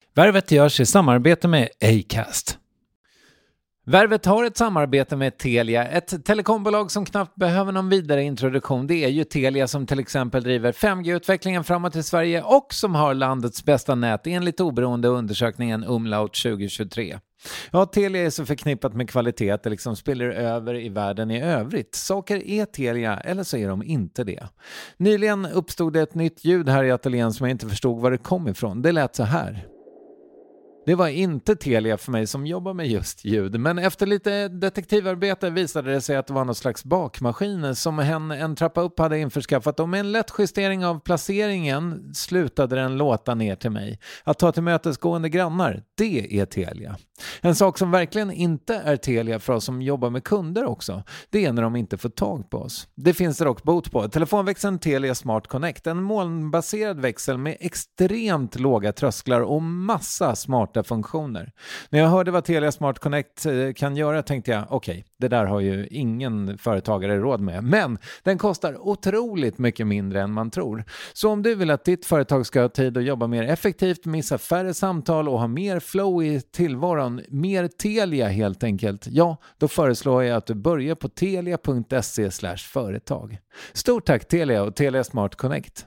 Värvet görs i samarbete med Acast. Värvet har ett samarbete med Telia, ett telekombolag som knappt behöver någon vidare introduktion. Det är ju Telia som till exempel driver 5G-utvecklingen framåt i Sverige och som har landets bästa nät enligt oberoende undersökningen Umlaut 2023. Ja, Telia är så förknippat med kvalitet att det liksom spiller över i världen i övrigt. Saker är Telia eller så är de inte det. Nyligen uppstod det ett nytt ljud här i ateljén som jag inte förstod var det kom ifrån. Det lät så här. Det var inte Telia för mig som jobbar med just ljud, men efter lite detektivarbete visade det sig att det var någon slags bakmaskin som en trappa upp hade införskaffat och med en lätt justering av placeringen slutade den låta ner till mig. Att ta till mötesgående grannar, det är Telia. En sak som verkligen inte är Telia för oss som jobbar med kunder också, det är när de inte får tag på oss. Det finns det dock bot på. Telefonväxeln Telia Smart Connect, en molnbaserad växel med extremt låga trösklar och massa smarta funktioner. När jag hörde vad Telia Smart Connect kan göra tänkte jag, okej, det där har ju ingen företagare råd med. Men den kostar otroligt mycket mindre än man tror. Så om du vill att ditt företag ska ha tid att jobba mer effektivt, missa färre samtal och ha mer flow i tillvaron, mer Telia helt enkelt, ja, då föreslår jag att du börjar på telia.se/företag. Stort tack Telia och Telia Smart Connect.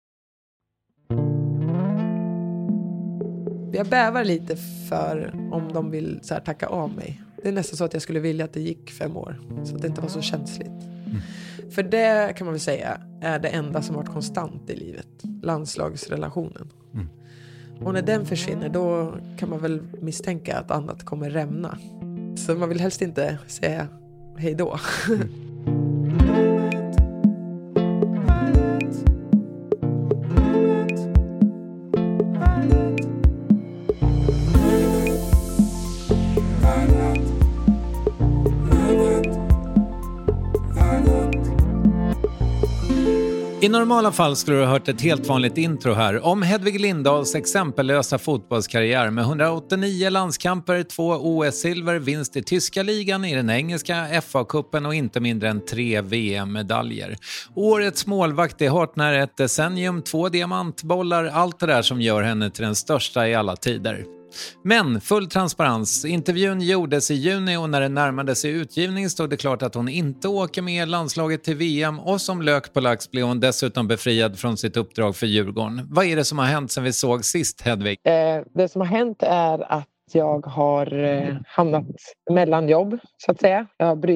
Jag bävar lite för om de vill så här tacka av mig. Det är nästan så att jag skulle vilja att det gick 5 år. Så att det inte var så känsligt. För det kan man väl säga är det enda som varit konstant i livet. Landslagsrelationen. Och när den försvinner då kan man väl misstänka att annat kommer rämna. Så man vill helst inte säga hej då. I normala fall skulle du ha hört ett helt vanligt intro här om Hedvig Lindahls exempellösa fotbollskarriär med 189 landskamper, 2 OS-silver, vinst i tyska ligan, i den engelska FA-cupen och inte mindre än 3 VM-medaljer. Årets målvakt är hart när ett decennium, 2 diamantbollar, allt det där som gör henne till den största i alla tider. Men full transparens, intervjun gjordes i juni och när det närmade sig utgivning stod det klart att hon inte åker med landslaget till VM och som lök på lax blev hon dessutom befriad från sitt uppdrag för Djurgården. Vad är det som har hänt sen vi såg sist, Hedvig? Det som har hänt är att jag har hamnat mellan jobb så att säga.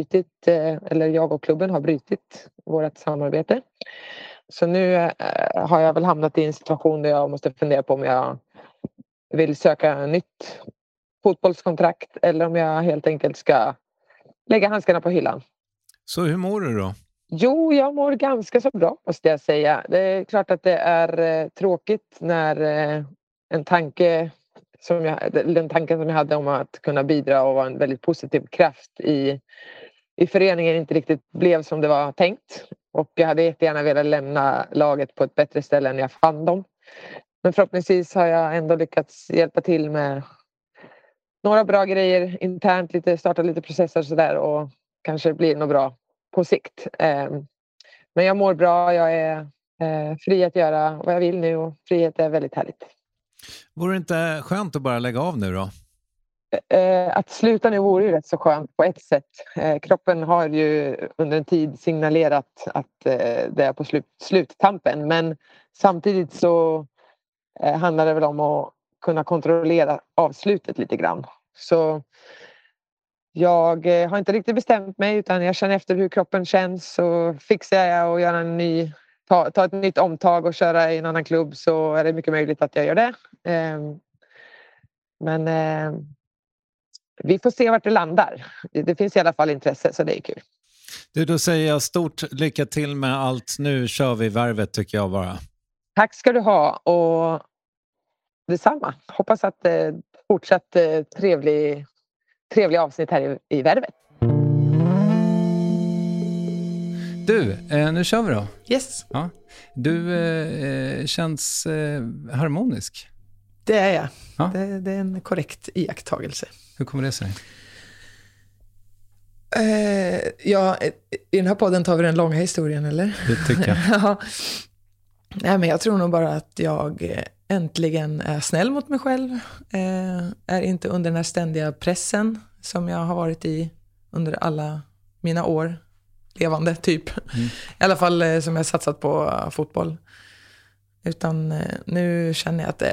Jag och klubben har brutit vårt samarbete. Så nu har jag väl hamnat i en situation där jag måste fundera på om jag vill söka nytt fotbollskontrakt eller om jag helt enkelt ska lägga handskarna på hyllan. Så hur mår du då? Jo, jag mår ganska så bra måste jag säga. Det är klart att det är tråkigt när den tanken som jag hade om att kunna bidra och vara en väldigt positiv kraft i föreningen inte riktigt blev som det var tänkt. Och jag hade jättegärna velat lämna laget på ett bättre ställe än jag fann dem. Men förhoppningsvis har jag ändå lyckats hjälpa till med några bra grejer internt, starta lite processer och sådär och kanske blir något bra på sikt. Men jag mår bra, jag är fri att göra vad jag vill nu och frihet är väldigt härligt. Vore det inte skönt att bara lägga av nu då? Att sluta nu vore ju rätt så skönt på ett sätt. Kroppen har ju under en tid signalerat att det är på sluttampen men samtidigt så handlar det väl om att kunna kontrollera avslutet lite grann. Så jag har inte riktigt bestämt mig utan jag känner efter hur kroppen känns så fixar jag och göra ta ett nytt omtag och köra i en annan klubb så är det mycket möjligt att jag gör det. Men vi får se vart det landar. Det finns i alla fall intresse så det är kul. Du, då säger jag stort lycka till med allt. Nu kör vi värvet tycker jag bara. Tack ska du ha och detsamma. Hoppas att fortsatt trevlig avsnitt här i värvet. Du, nu kör vi då. Yes. Ja. Du känns harmonisk. Det är jag. Ja. Det är en korrekt iakttagelse. Hur kommer det sig? I den här podden tar vi den långa historien, eller? Det tycker jag. Ja. Nej, men jag tror nog bara att jag äntligen är snäll mot mig själv. Är inte under den här ständiga pressen som jag har varit i under alla mina år levande typ. I alla fall som jag satsat på fotboll. Utan nu känner jag att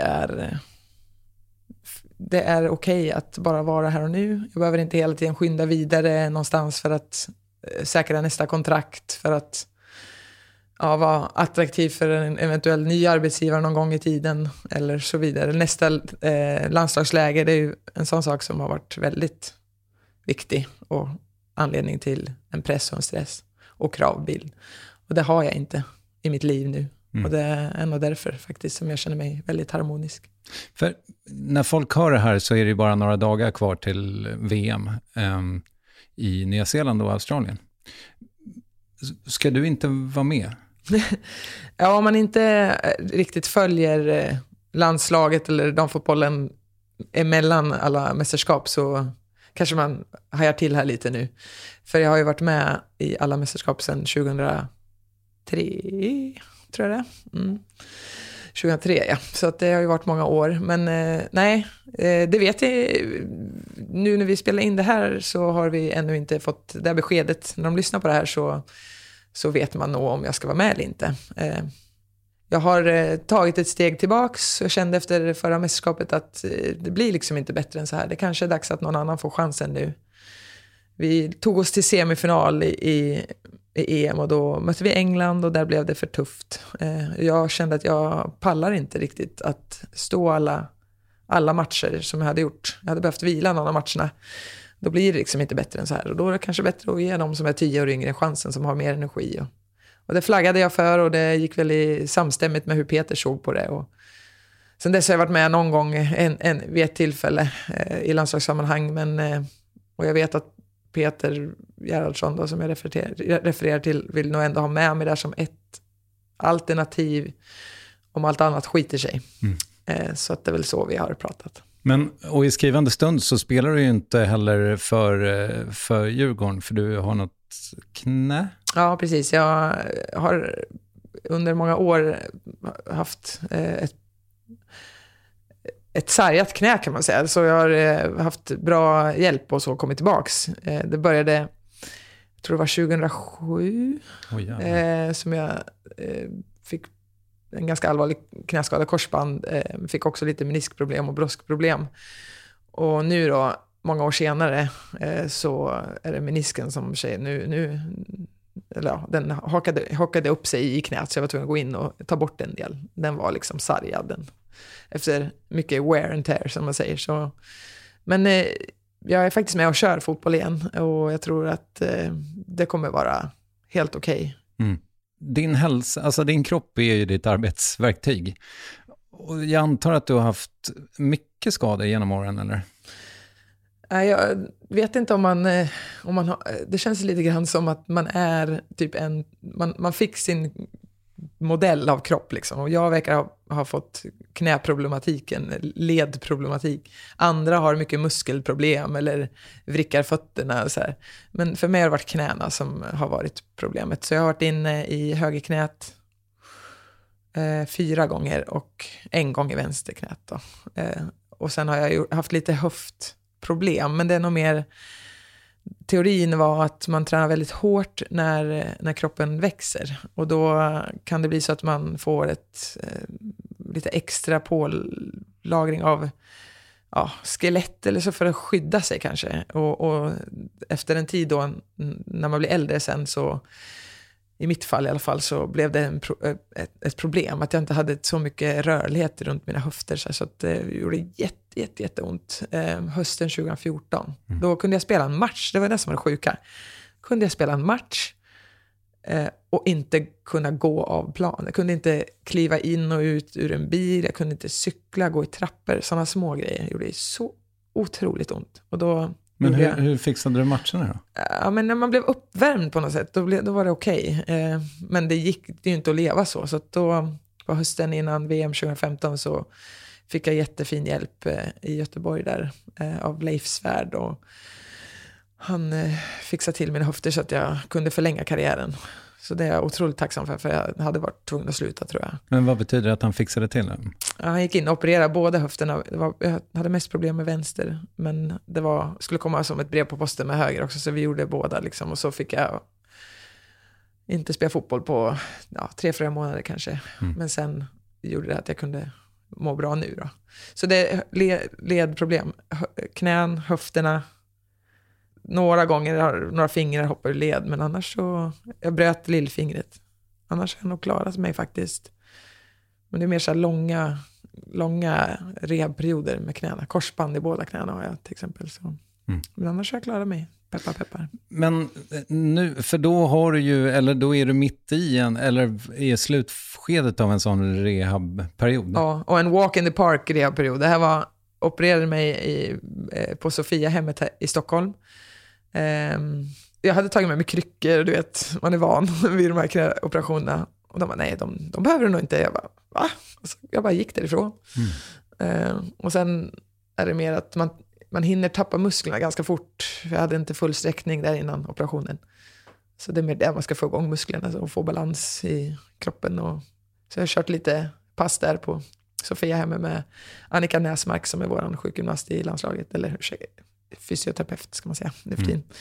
det är okej att bara vara här och nu. Jag behöver inte hela tiden skynda vidare någonstans för att säkra nästa kontrakt, för att vara attraktiv för en eventuell ny arbetsgivare någon gång i tiden eller så vidare. Nästa landslagsläger, det är ju en sån sak som har varit väldigt viktig och anledning till en press och en stress och kravbild. Och det har jag inte i mitt liv nu. Och det är nog därför faktiskt som jag känner mig väldigt harmonisk. För när folk hör det här så är det bara några dagar kvar till VM i Nya Zeeland och Australien. Ska du inte vara med? Ja, om man inte riktigt följer landslaget eller damfotbollen emellan alla mästerskap så kanske man hajar till här lite nu. För jag har ju varit med i alla mästerskap sedan 2003, tror jag det. 2003, ja. Så att det har ju varit många år. Men nej, det vet jag. Nu när vi spelar in det här så har vi ännu inte fått det här beskedet. När de lyssnar på det här så vet man nog om jag ska vara med eller inte. Jag har tagit ett steg tillbaks och kände efter förra mästerskapet att det blir liksom inte bättre än så här. Det kanske är dags att någon annan får chansen nu. Vi tog oss till semifinal i EM och då mötte vi England och där blev det för tufft. Jag kände att jag pallar inte riktigt att stå alla matcher som jag hade gjort. Jag hade behövt vila någon av matcherna. Då blir det liksom inte bättre än så här. Och då är det kanske bättre att ge dem som är 10 år yngre chansen, som har mer energi. Och det flaggade jag för och det gick väl samstämmigt med hur Peter såg på det. Och sen dess har jag varit med någon gång vid ett tillfälle i landslagssammanhang. Och jag vet att Peter Gerhardsson då, som jag refererar till, vill nog ändå ha med mig där som ett alternativ om allt annat skiter sig. Så att det är väl så vi har pratat. Och i skrivande stund så spelar du ju inte heller för Djurgården, för du har något knä. Ja, precis. Jag har under många år haft ett sargat knä kan man säga. Så jag har haft bra hjälp och så kommit tillbaks. Det började, jag tror det var 2007 som jag fick en ganska allvarlig knäskada, korsband. Fick också lite meniskproblem och broskproblem. Och nu då, många år senare, så är det menisken som säger nu eller ja, den hakade upp sig i knät, så jag var tvungen att gå in och ta bort en del. Den var liksom sargad efter mycket wear and tear som man säger. Så, men jag är faktiskt med och kör fotboll igen och jag tror att det kommer vara helt okej. Din hälsa, alltså din kropp är ju ditt arbetsverktyg. Och jag antar att du har haft mycket skador genom åren, eller? Jag vet inte om man har, det känns lite grann som att man är typ man fick sin modell av kropp liksom. Och jag verkar ha fått knäproblematiken, ledproblematik. Andra har mycket muskelproblem eller vrickar fötterna så här. Men för mig har det varit knäna som har varit problemet. Så jag har varit inne i högerknät 4 gånger och 1 gång i vänsterknät då. Och sen har jag haft lite höftproblem, men det är nog mer, teorin var att man tränar väldigt hårt när kroppen växer, och då kan det bli så att man får ett lite extra pålagring av skelett eller så för att skydda sig kanske, och efter en tid då när man blir äldre sen, så i mitt fall i alla fall, så blev det ett problem att jag inte hade så mycket rörlighet runt mina höfter, så att det gjorde jätteont hösten 2014. Då kunde jag spela en match, det var det som var det sjuka. Kunde jag spela en match och inte kunna gå av plan. Jag kunde inte kliva in och ut ur en bil, jag kunde inte cykla, gå i trappor, sådana små grejer. Det gjorde så otroligt ont. Och då... Men hur fixade du matcherna då? Ja, men när man blev uppvärmd på något sätt, då var det okej. Men det gick ju inte att leva så. Så att då på hösten innan VM 2015 så fick jag jättefin hjälp i Göteborg där av Leif Svärd. Och han fixade till mina höfter så att jag kunde förlänga karriären Så det är jag otroligt tacksam för jag hade varit tvungen att sluta, tror jag. Men vad betyder det att han fixade till det? Ja, han gick in och opererade båda höfterna. Jag hade mest problem med vänster, men skulle komma som ett brev på posten med höger också, så vi gjorde båda liksom, och så fick jag inte spela fotboll på 3-4 månader kanske. Men sen gjorde det att jag kunde må bra nu då. Så det är ledproblem. Knän, höfterna. Några gånger några fingrar hoppar ur led, men annars så jag bröt lillfingret. Annars har jag nog klarat mig faktiskt. Men det är mer så här långa rehabperioder med knäna. Korsband i båda knäna har jag till exempel. Så. Men annars har jag klarat mig. Peppar. Men nu, för då har du ju, eller då är du mitt i eller i slutskedet av en sån rehabperiod. Ja, och en walk in the park rehabperiod. Det här opererade mig på Sofiahemmet här i Stockholm. Jag hade tagit med mig kryckor, du vet, man är van vid de här operationerna. Och de bara, nej, de behöver det nog inte. Jag bara, va? Alltså, jag bara gick därifrån. Och sen är det mer att man hinner tappa musklerna ganska fort. Jag hade inte full sträckning där innan operationen. Så det är mer där man ska få igång musklerna och få balans i kroppen. Så jag har kört lite pass där på Sofiahemmet med Annika Näsmark som är vår sjukgymnast i landslaget. Eller fysioterapeut ska man säga nu för tiden.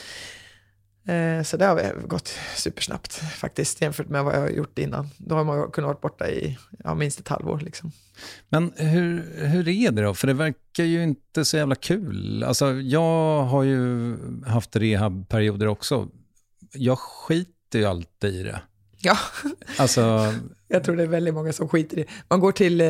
Så det har gått supersnabbt faktiskt jämfört med vad jag har gjort innan. Då har man kunnat vara borta i minst ett halvår liksom. Men hur är det då? För det verkar ju inte så jävla kul. Alltså jag har ju haft rehabperioder också. Jag skiter ju alltid i det. Ja, alltså, jag tror det är väldigt många som skiter i det. Man går till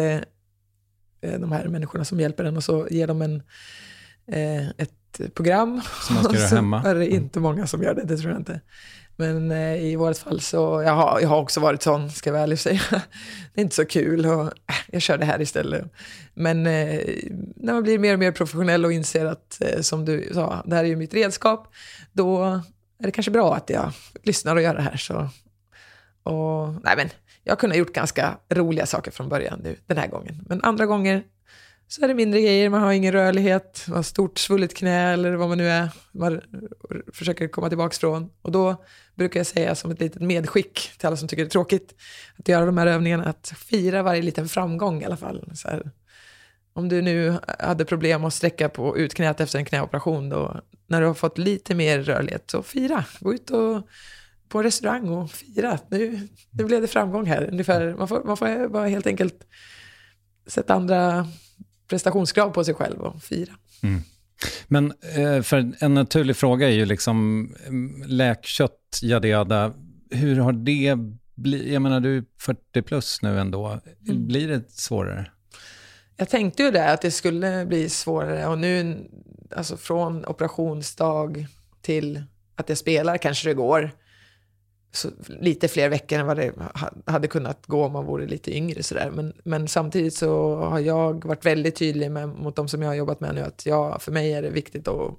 de här människorna som hjälper en och så ger de ett program. Som man ska göra hemma. Är det inte många som gör det, det tror jag inte. Men i vårt fall så, jag har också varit sån, ska jag väl säga. Det är inte så kul och jag kör det här istället. Men när man blir mer och mer professionell och inser att, som du sa, det här är ju mitt redskap, då är det kanske bra att jag lyssnar och gör det här. Så. Nej, men jag kunde ha gjort ganska roliga saker från början nu, den här gången. Men andra gånger så är det mindre grejer, man har ingen rörlighet, man har stort svullet knä eller vad man nu är, man försöker komma tillbaka från. Och då brukar jag säga som ett litet medskick till alla som tycker det är tråkigt att göra de här övningarna, att fira varje liten framgång i alla fall. Så här, om du nu hade problem att sträcka ut knät efter en knäoperation, då, när du har fått lite mer rörlighet, så fira. Gå ut på en restaurang och fira. Nu blev det framgång här. Ungefär, man får bara helt enkelt sätta andra prestationskrav på sig själv och fira. Men för en naturlig fråga är ju liksom läkkött, jada. Hur har det blivit? Jag menar, du är 40 plus nu ändå. Blir det svårare? Jag tänkte ju det, att det skulle bli svårare. Och nu, alltså från operationsdag till att jag spelar kanske det går så lite fler veckor än vad det hade kunnat gå om man vore lite yngre. Sådär. Men samtidigt så har jag varit väldigt tydlig mot de som jag har jobbat med nu, att för mig är det viktigt att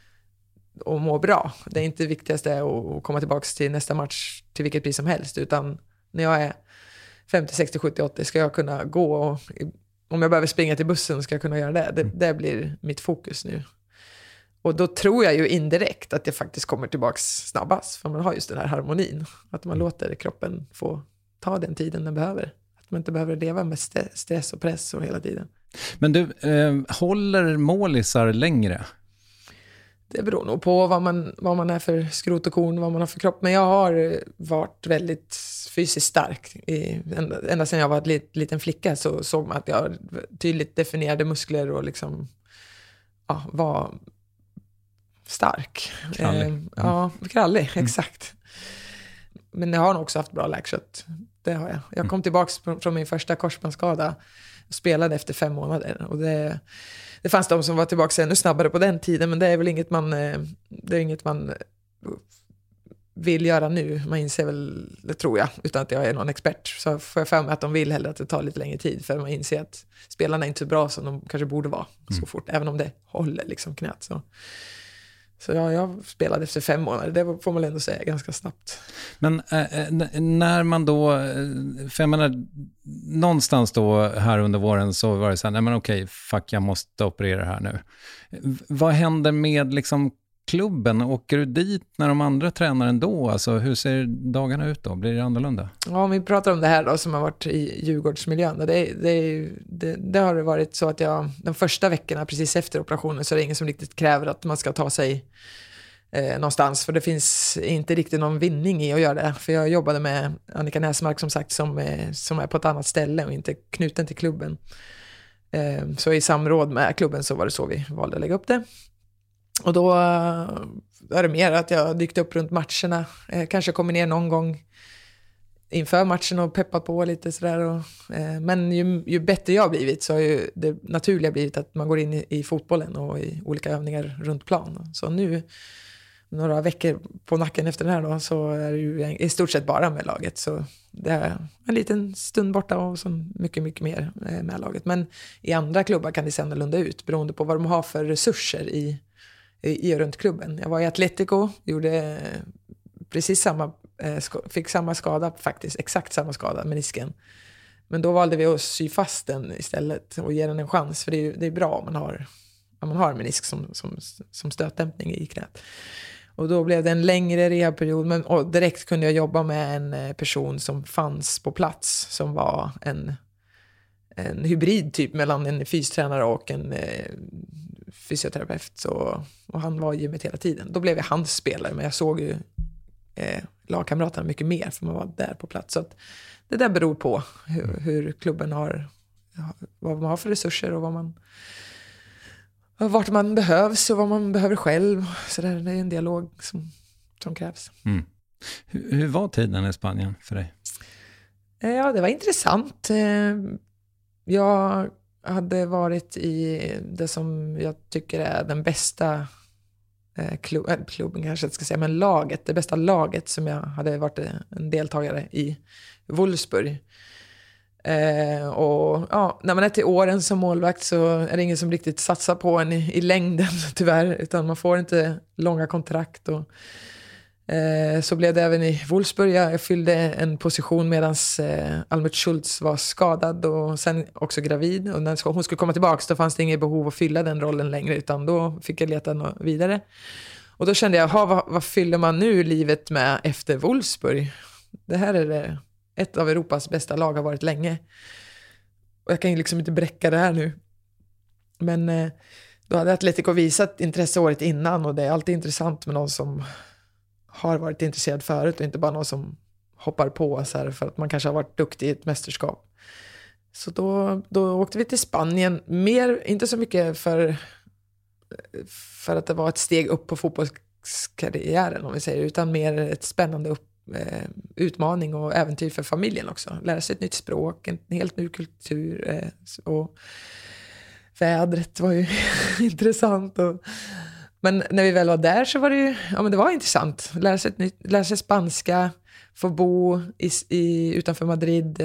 må bra. Det är inte det viktigaste att komma tillbaka till nästa match till vilket pris som helst, utan när jag är 50, 60, 70, 80 ska jag kunna gå, och om jag behöver springa till bussen ska jag kunna göra det. Det blir mitt fokus nu. Och då tror jag ju indirekt att det faktiskt kommer tillbaks snabbast. För man har just den här harmonin. Att man låter kroppen få ta den tiden den behöver. Att man inte behöver leva med stress och press och hela tiden. Men du, håller målisar längre? Det beror nog på vad man är för skrot och korn, vad man har för kropp. Men jag har varit väldigt fysiskt stark. Ända sedan jag var en liten flicka så såg man att jag har tydligt definierade muskler och liksom var stark. Krallig. Ja, krallig, exakt. Men jag har nog också haft bra läkkött. Det har jag. Jag kom tillbaka från min första korsbandsskada och spelade efter 5 månader. Och det fanns de som var tillbaka ännu snabbare på den tiden, men det är väl inget man vill göra nu. Man inser väl, det tror jag, utan att jag är någon expert. Så får jag för mig att de vill hellre att det tar lite längre tid, för man inser att spelarna är inte så bra som de kanske borde vara så fort, även om det håller liksom knät. Så jag spelade efter 5 månader. Det får man ändå säga ganska snabbt. Men när man då, för jag menar, någonstans då här under våren så var det så här, nej men okej, fuck, jag måste operera här nu. Vad händer med liksom klubben. Åker du dit när de andra tränar ändå? Alltså, hur ser dagarna ut då? Blir det annorlunda? Ja, om vi pratar om det här då som har varit i Djurgårdsmiljön. Det har det varit så att de första veckorna precis efter operationen så är det ingen som riktigt kräver att man ska ta sig någonstans. För det finns inte riktigt någon vinning i att göra det. För jag jobbade med Annika Näsmark som sagt som är på ett annat ställe och inte knuten till klubben. Så i samråd med klubben så var det så vi valde att lägga upp det. Och då är det mer att jag dykt upp runt matcherna. Kanske kommer ner någon gång inför matchen och peppat på lite sådär. Men ju bättre jag har blivit så har ju det naturliga blivit att man går in i fotbollen och i olika övningar runt plan. Så nu, några veckor på nacken efter den här då, så är det ju i stort sett bara med laget. Så det är en liten stund borta och så mycket, mycket mer med laget. Men i andra klubbar kan det se annorlunda ut beroende på vad de har för resurser i runt klubben. Jag var i Atletico, gjorde precis fick samma skada faktiskt, exakt samma skada, menisken. Men då valde vi att sy fast den istället och ge den en chans, för det är bra om man har en menisk som stötdämpning i knät. Och då blev det en längre rehabperiod, och direkt kunde jag jobba med en person som fanns på plats som var en hybrid typ mellan en fystränare och en fysioterapeut, och han var i gymmet hela tiden. Då blev jag hans spelare, men jag såg ju lagkamraterna mycket mer för man var där på plats. Så att det där beror på hur klubben vad man har för resurser och vart man behövs och vad man behöver själv. Så det är en dialog som krävs. Mm. Hur var tiden i Spanien för dig? Ja, det var intressant. Jag hade varit i det som jag tycker är den bästa klubben kanske jag ska säga, men det bästa laget som jag hade varit en deltagare i Wolfsburg. Och ja, när man är till åren som målvakt så är det ingen som riktigt satsar på en i längden tyvärr, utan man får inte långa kontrakt och så blev det även i Wolfsburg. Jag fyllde en position medan Almut Schultz var skadad och sen också gravid, och när hon skulle komma tillbaka då fanns det inget behov att fylla den rollen längre, utan då fick jag leta vidare. Och då kände jag, vad fyller man nu livet med efter Wolfsburg? Det här är ett av Europas bästa lag, har varit länge. Och jag kan ju liksom inte bräcka det här nu. Men då hade Atletico visat intresse året innan, och det är alltid intressant med någon som har varit intresserad förut och inte bara någon som hoppar på så här för att man kanske har varit duktig i ett mästerskap. Så då åkte vi till Spanien, inte så mycket för att det var ett steg upp på fotbollskarriären om vi säger, utan mer ett spännande utmaning och äventyr för familjen också. Lära sig ett nytt språk, en helt ny kultur, och vädret var ju intressant. Men när vi väl var där så var det ju, men det var intressant. Lära sig spanska, få bo utanför Madrid.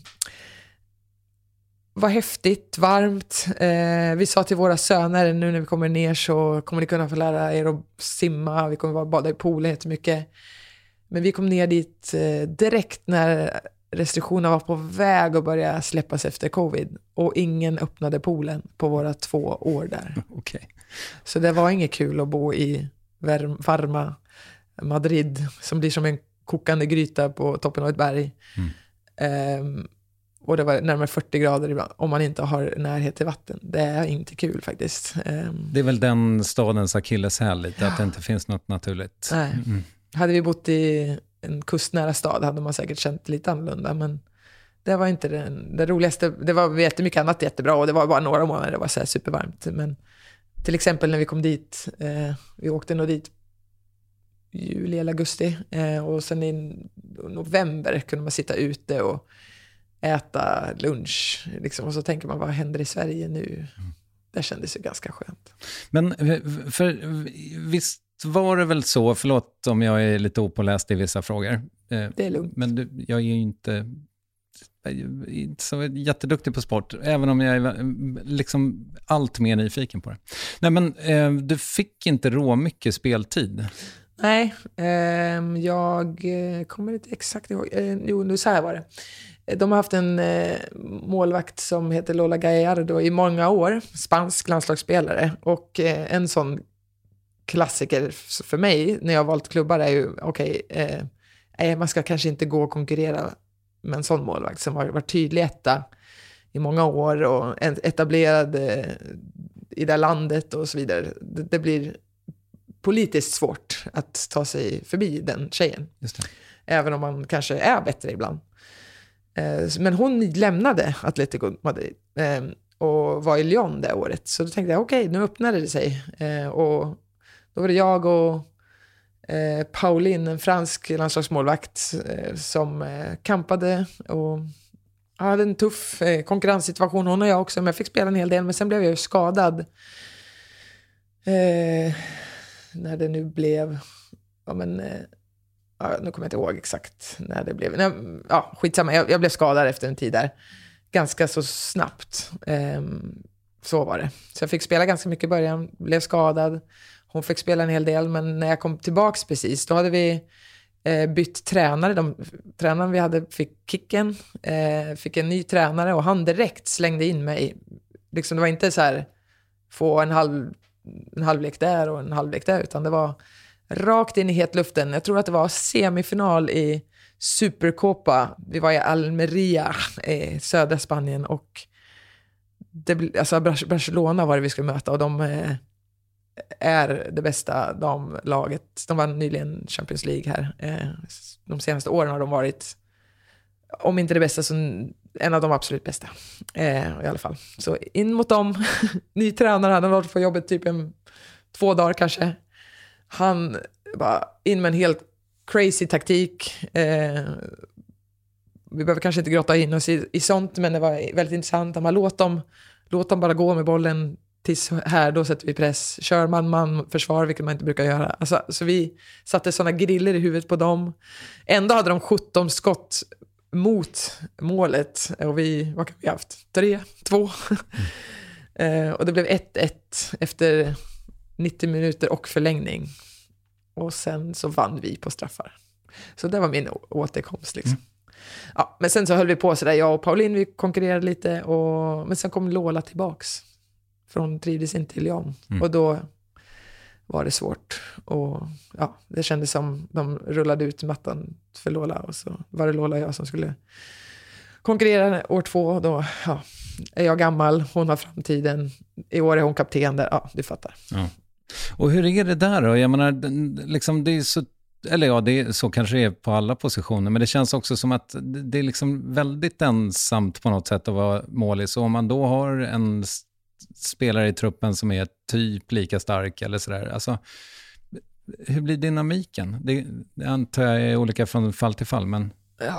Var häftigt, varmt. Vi sa till våra söner, nu när vi kommer ner så kommer ni kunna få lära er att simma. Vi kommer bara bada i poolen jättemycket. Men vi kom ner dit direkt när restriktionerna var på väg att börja släppas efter covid. Och ingen öppnade poolen på våra 2 år där. Okay. Så det var inget kul att bo i varma Madrid som blir som en kokande gryta på toppen av ett berg. Och det var närmare 40 grader ibland, om man inte har närhet till vatten. Det är inte kul faktiskt. Det är väl den stadens akilleshäl lite, att det inte finns något naturligt. Nej. Hade vi bott i en kustnära stad hade man säkert känt lite annorlunda, men det var inte det roligaste. Det var jättemycket annat jättebra, och det var bara några månader det var så här supervarmt. Men till exempel när vi kom dit, vi åkte nog dit juli eller augusti, och sen i november kunde man sitta ute och äta lunch liksom, och så tänker man, vad händer i Sverige nu? Det kändes ju ganska skönt. Men för visst var det väl så, förlåt om jag är lite opåläst i vissa frågor. Det är lugnt. Men jag är ju inte så jätteduktig på sport, även om jag är liksom allt mer nyfiken på det. Nej, men du fick inte mycket speltid. Nej, jag kommer inte exakt ihåg. Jo, nu så här var det. De har haft en målvakt som heter Lola Gallardo i många år, spansk landslagsspelare, och en sån klassiker för mig när jag har valt klubbar är ju man ska kanske inte gå och konkurrera med en sån målvakt som har varit tydlig etta i många år och etablerad i det landet och så vidare. Det blir politiskt svårt att ta sig förbi den tjejen. Just det. Även om man kanske är bättre ibland. Men hon lämnade Atletico Madrid och var i Lyon det året. Så då tänkte jag, okej, nu öppnade det sig. Och då var det jag och Pauline, en fransk landslagsmålvakt, som kampade och hade en tuff konkurrenssituation. Hon och jag också, men jag fick spela en hel del. Men sen blev jag ju skadad. När det nu blev... nu kommer jag inte ihåg exakt när det blev. Skitsamma, jag blev skadad efter en tid där. Ganska så snabbt. Så var det. Så jag fick spela ganska mycket i början. Blev skadad. Hon fick spela en hel del. Men när jag kom tillbaks precis, då hade vi bytt tränare. Tränaren vi hade fick kicken. Fick en ny tränare och han direkt slängde in mig. Liksom, det var inte så här få en halvlek där och en halvlek där, utan det var rakt in i hetluften. Jag tror att det var semifinal i Supercopa. Vi var i Almeria i södra Spanien och Barcelona var det vi skulle möta och de är det bästa damlaget. De var nyligen Champions League här. De senaste åren har de varit, om inte det bästa, så en av de absolut bästa. I alla fall. Så in mot dem. Ny tränare, han har varit på jobbet typ 2 dagar kanske. Han bara in med en helt crazy taktik. Vi behöver kanske inte grotta in oss i sånt, men det var väldigt intressant. Han bara, låt dem bara gå med bollen tills här, då sätter vi press. Kör man försvar, vilket man inte brukar göra. Alltså, så vi satte såna griller i huvudet på dem. Ändå hade de 17 skott mot målet. Och vad kan vi haft? 3, 2. Och det blev 1-1 efter 90 minuter och förlängning. Och sen så vann vi på straffar. Så det var min återkomst liksom. Ja, men sen så höll vi på sådär. Jag och Pauline, vi konkurrerade lite. Men sen kom Lola tillbaks. För hon trivdes inte i Lyon. Och då var det svårt. Och ja, det kändes som de rullade ut mattan för Lola. Och så var det Lola och jag som skulle konkurrera år 2. Och då är jag gammal, hon har framtiden. I år är hon kapten där. Ja, du fattar. Ja. Och hur är det där då? Jag menar, liksom det är så, eller ja, det är så kanske det är på alla positioner, men det känns också som att det är liksom väldigt ensamt på något sätt att vara målis. Så om man då har en spelare i truppen som är typ lika stark eller sådär, alltså hur blir dynamiken? Det antar jag är olika från fall till fall, men...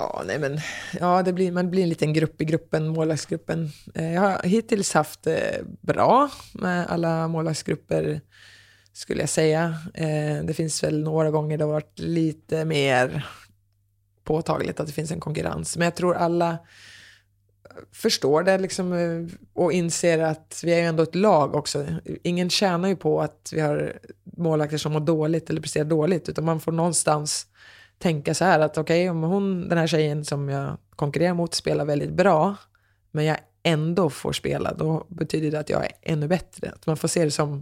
Man blir en liten grupp i gruppen, målvaktsgruppen. Jag har hittills haft bra med alla målvaktsgrupper, skulle jag säga. Det finns väl några gånger det har varit lite mer påtagligt att det finns en konkurrens. Men jag tror alla förstår det liksom, och inser att vi är ju ändå ett lag också. Ingen tjänar ju på att vi har målvakter som mår dåligt eller presterar dåligt, utan man får någonstans tänka så här att okej, om den här tjejen som jag konkurrerar mot spelar väldigt bra, men jag ändå får spela, då betyder det att jag är ännu bättre. Att man får se det som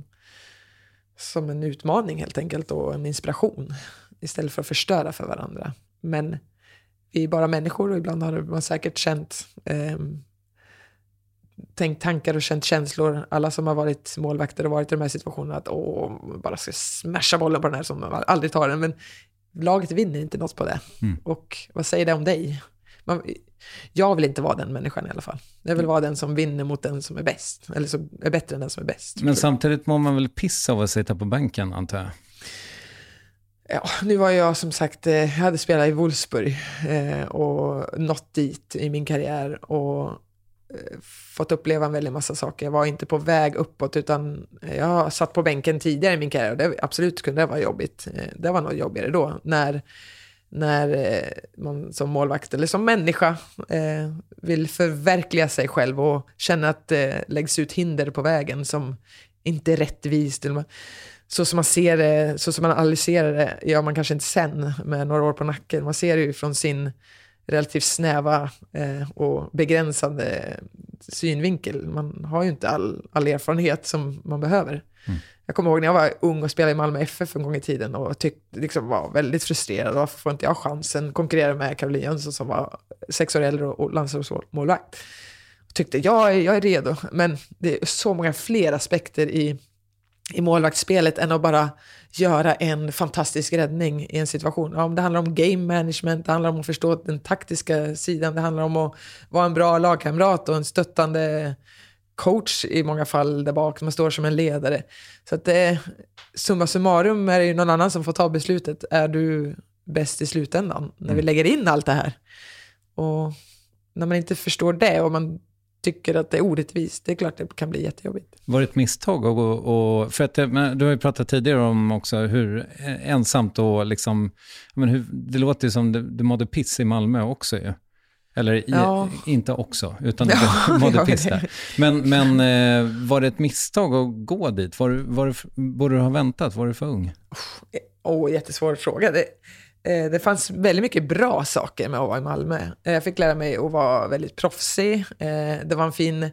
en utmaning helt enkelt och en inspiration istället för att förstöra för varandra. Men vi är bara människor och ibland har man säkert känt tänkt tankar och känt känslor. Alla som har varit målvakter och varit i de här situationerna att bara ska smasha bollen på den här som man aldrig tar den, men laget vinner inte något på det. Och vad säger det om dig? Jag vill inte vara den människan i alla fall. Jag vill vara den som vinner mot den som är bäst. Eller som är bättre än den som är bäst. Men samtidigt må man väl pissa av att sitta på bänken, antar jag? Ja, nu var jag som sagt, jag hade spelat i Wolfsburg och nått dit i min karriär och fått uppleva en väldigt massa saker. Jag var inte på väg uppåt, utan jag satt på bänken tidigare i min karriär och det absolut kunde det vara jobbigt. Det var nog jobbigare då när man som målvakt eller som människa vill förverkliga sig själv och känna att det läggs ut hinder på vägen som inte är rättvist. Så som man ser det, så som man analyserar det, gör man kanske inte sen med några år på nacken. Man ser det ju från sin relativt snäva och begränsande synvinkel. Man har ju inte all erfarenhet som man behöver. Jag kommer ihåg när jag var ung och spelade i Malmö FF en gång i tiden och liksom var väldigt frustrerad. Varför får inte jag chansen? Konkurrera med Caroline Jönsson som var 6 år äldre och landslagsmålvakt. Tyckte jag är redo. Men det är så många fler aspekter i målvaktsspelet än att bara göra en fantastisk räddning i en situation. Ja, det handlar om game management, det handlar om att förstå den taktiska sidan, det handlar om att vara en bra lagkamrat och en stöttande coach i många fall där bak. Man står som en ledare. Så att summa summarum är det ju någon annan som får ta beslutet. Är du bäst i slutändan när vi lägger in allt det här? Och när man inte förstår det och man tycker att det är orättvist, det är klart det kan bli jättejobbigt. Var det ett misstag? Och för att du har ju pratat tidigare om också hur ensamt och liksom, men hur, det låter ju som du mådde piss i Malmö också ju. Eller inte också, utan du mådde piss där. Men var det ett misstag att gå dit? Borde du ha väntat? Var du för ung? Jättesvår fråga. Det fanns väldigt mycket bra saker med att vara i Malmö. Jag fick lära mig att vara väldigt proffsig. Det var en fin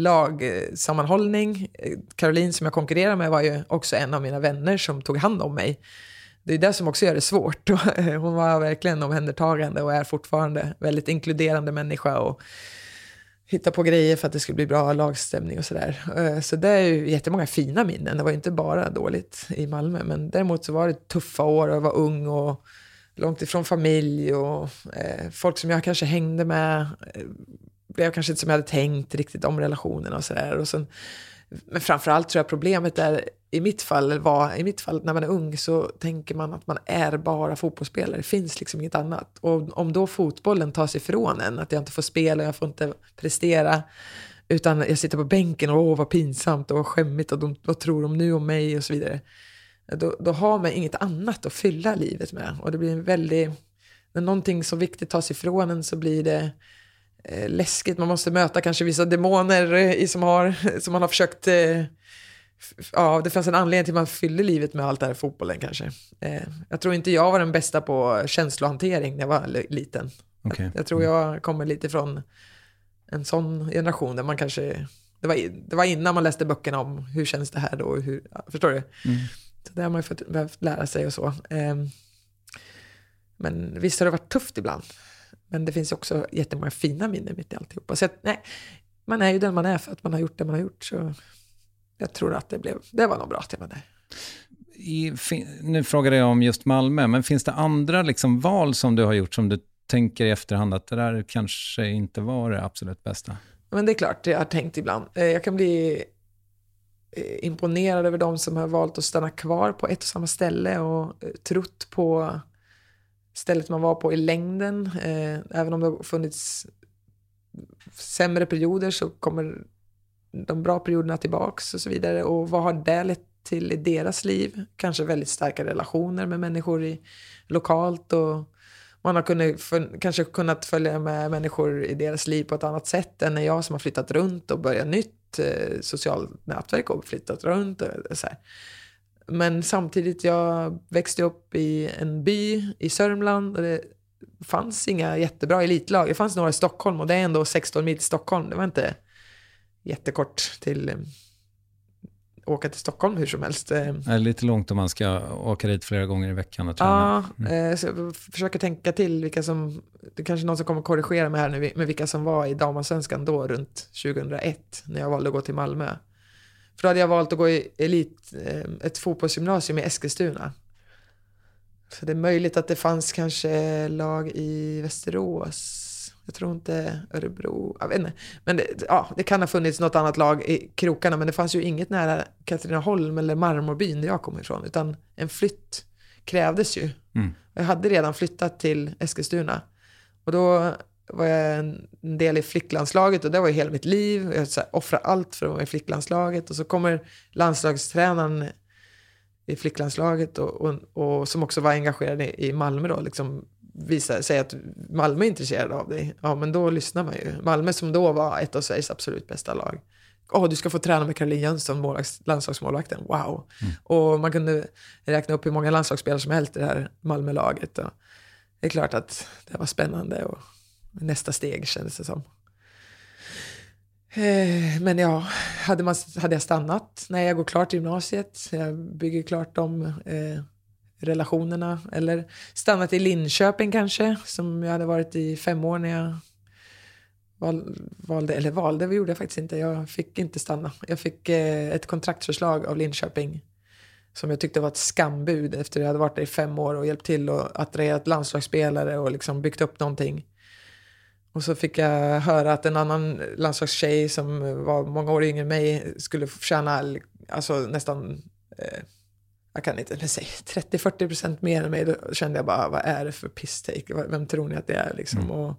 lagsammanhållning. Caroline som jag konkurrerade med var ju också en av mina vänner som tog hand om mig. Det är det som också gör det svårt. Hon var verkligen omhändertagande och är fortfarande väldigt inkluderande människa och hitta på grejer för att det skulle bli bra lagstämning och sådär. Så det är ju jättemånga fina minnen. Det var ju inte bara dåligt i Malmö, men däremot så var det tuffa år och jag var ung och långt ifrån familj och folk som jag kanske hängde med blev kanske inte som jag hade tänkt riktigt om relationerna och sådär. Och sen, men framförallt tror jag problemet är i mitt fall när man är ung så tänker man att man är bara fotbollsspelare. Det finns liksom inget annat. Och om då fotbollen tas ifrån en, att jag inte får spela, jag får inte prestera, utan jag sitter på bänken och vad pinsamt och skämmigt och vad tror de nu om mig och så vidare. Då har man inget annat att fylla livet med. Och det blir när någonting så viktigt tas ifrån en så blir det läskigt. Man måste möta kanske vissa demoner som man har försökt... det fanns en anledning till att man fyller livet med allt det här i fotbollen kanske. Jag tror inte jag var den bästa på känslohantering när jag var liten. Okay. Jag tror jag kommer lite från en sån generation där man kanske... Det var innan man läste böckerna om hur känns det här då. Förstår du? Så det har man ju behövt lära sig och så. Men visst har det varit tufft ibland. Men det finns också jättemånga fina minnen mitt i alltihopa. Så man är ju den man är för att man har gjort det man har gjort. Så jag tror att det var nog bra till man är. Nu frågade jag om just Malmö, men finns det andra liksom val som du har gjort som du tänker i efterhand att det där kanske inte var det absolut bästa? Men det är klart, jag har tänkt ibland. Jag kan bli imponerad över de som har valt att stanna kvar på ett och samma ställe och trott på stället man var på i längden. Även om det har funnits sämre perioder så kommer de bra perioderna tillbaks och så vidare. Och vad har det lett till i deras liv? Kanske väldigt starka relationer med människor lokalt och man har kanske kunnat följa med människor i deras liv på ett annat sätt än jag som har flyttat runt och börjat nytt socialt nätverk och flyttat runt. Och så här. Men samtidigt, jag växte upp i en by i Sörmland och det fanns inga jättebra elitlag. Det fanns några i Stockholm och det är ändå 16 mil till Stockholm. Det var inte jättekort till åka till Stockholm hur som helst. Det är lite långt om man ska åka dit flera gånger i veckan och träna. Ja, så jag försöker tänka till vilka som, det är kanske någon som kommer korrigera mig här nu, med vilka som var i damallsvenskan då runt 2001 när jag valde att gå till Malmö. För då hade jag valt att gå i ett fotbollsgymnasium i Eskilstuna. Så det är möjligt att det fanns kanske lag i Västerås. Jag tror inte Örebro. Jag vet inte. Men det kan ha funnits något annat lag i krokarna. Men det fanns ju inget nära Katrineholm eller Marmorbyn där jag kommer ifrån. Utan en flytt krävdes ju. Jag hade redan flyttat till Eskilstuna. Och då var jag en del i flicklandslaget. Och det var ju hela mitt liv. Jag offrade allt för att vara i flicklandslaget. Och så kommer landslagstränaren i flicklandslaget. Och som också var engagerad i Malmö då. Liksom säga att Malmö är intresserad av dig. Ja, men då lyssnar man ju. Malmö som då var ett av Sveriges absolut bästa lag. Du ska få träna med Caroline Jönsson, landslagsmålvakten. Wow. Och man kunde räkna upp hur många landslagsspelare som helst i det här Malmö-laget. Och det är klart att det var spännande och nästa steg kändes det som. Men ja, hade jag stannat när jag går klart gymnasiet, jag bygger klart de relationerna, eller stannat i Linköping kanske, som jag hade varit i 5 år när jag valde, det gjorde jag faktiskt inte. Jag fick inte stanna. Jag fick ett kontraktsförslag av Linköping som jag tyckte var ett skambud efter att jag hade varit där i 5 år och hjälpt till att attrahera ett landslagsspelare och liksom byggt upp någonting. Och så fick jag höra att en annan landslagstjej som var många år yngre än mig skulle tjäna alltså nästan, jag kan inte säga 30-40% mer än mig. Då kände jag bara, vad är det för piss-take? Vem tror ni att det är liksom? Och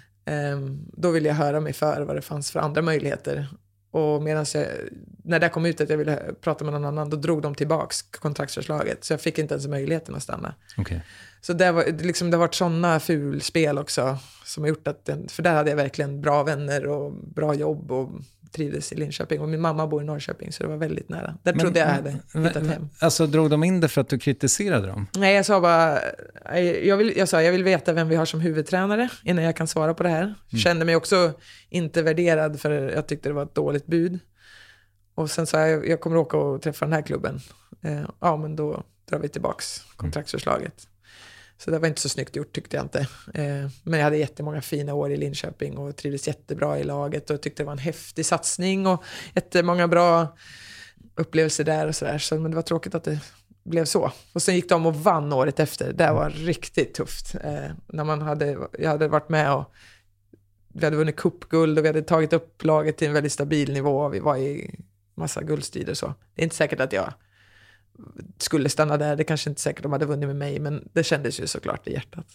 då ville jag höra mig för vad det fanns för andra möjligheter. Och när det kom ut att jag ville prata med någon annan, då drog de tillbaks kontraktsförslaget. Så jag fick inte ens möjligheten att stanna. Okay. Så det har varit sådana fulspel också som har gjort att för där hade jag verkligen bra vänner och bra jobb och trivdes i Linköping. Och min mamma bor i Norrköping, så det var väldigt nära. Där trodde jag hade hittat hem. Alltså drog de in det för att du kritiserade dem? Nej, jag sa bara, jag vill veta vem vi har som huvudtränare innan jag kan svara på det här. Kände mig också inte värderad, för jag tyckte det var ett dåligt bud. Och sen sa jag kommer åka och träffa den här klubben. Ja, men då drar vi tillbaks kontraktsförslaget. Så det var inte så snyggt gjort, tyckte jag inte. Men jag hade jättemånga fina år i Linköping och trivdes jättebra i laget och tyckte det var en häftig satsning och jättemånga bra upplevelser där och sådär. Så, men det var tråkigt att det blev så. Och sen gick de och vann året efter. Det var riktigt tufft. När jag hade varit med och vi hade vunnit cupguld och vi hade tagit upp laget till en väldigt stabil nivå. Vi var i massa guldstrider så. Det är inte säkert att jag skulle stanna där. Det kanske inte säkert de hade vunnit med mig, men det kändes ju såklart i hjärtat.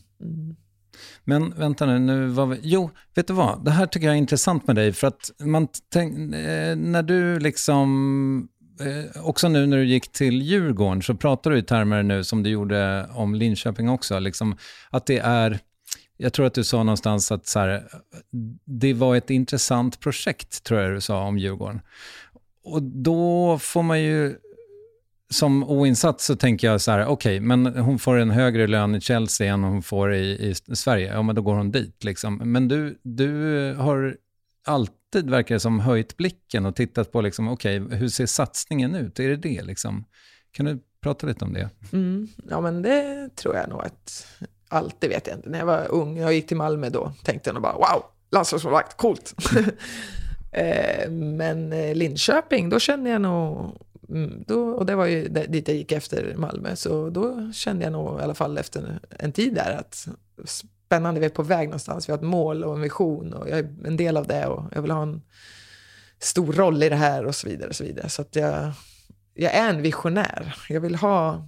Men vänta nu vet du vad? Det här tycker jag är intressant med dig, för att när du liksom också nu när du gick till Djurgården så pratar du i termer nu som du gjorde om Linköping också, liksom att det är, jag tror att du sa någonstans att så här, det var ett intressant projekt, tror jag du sa om Djurgården. Och då får man ju som oinsatt så tänker jag så här, okej, men hon får en högre lön i Chelsea än hon får i Sverige. Ja, men då går hon dit liksom. Men du har alltid, verkar som, höjt blicken och tittat på liksom, okej, hur ser satsningen ut? Är det liksom? Kan du prata lite om det? Ja, men det tror jag nog att alltid, vet jag inte. När jag var ung, jag gick till Malmö då, tänkte jag nog bara, wow, landslagsmålvakt, coolt. Men Linköping, då kände jag nog och det var ju dit jag gick efter Malmö, så då kände jag nog i alla fall efter en tid där att spännande, vi är på väg någonstans, vi har ett mål och en vision och jag är en del av det och jag vill ha en stor roll i det här och så vidare och så vidare. Så att jag är en visionär. Jag vill ha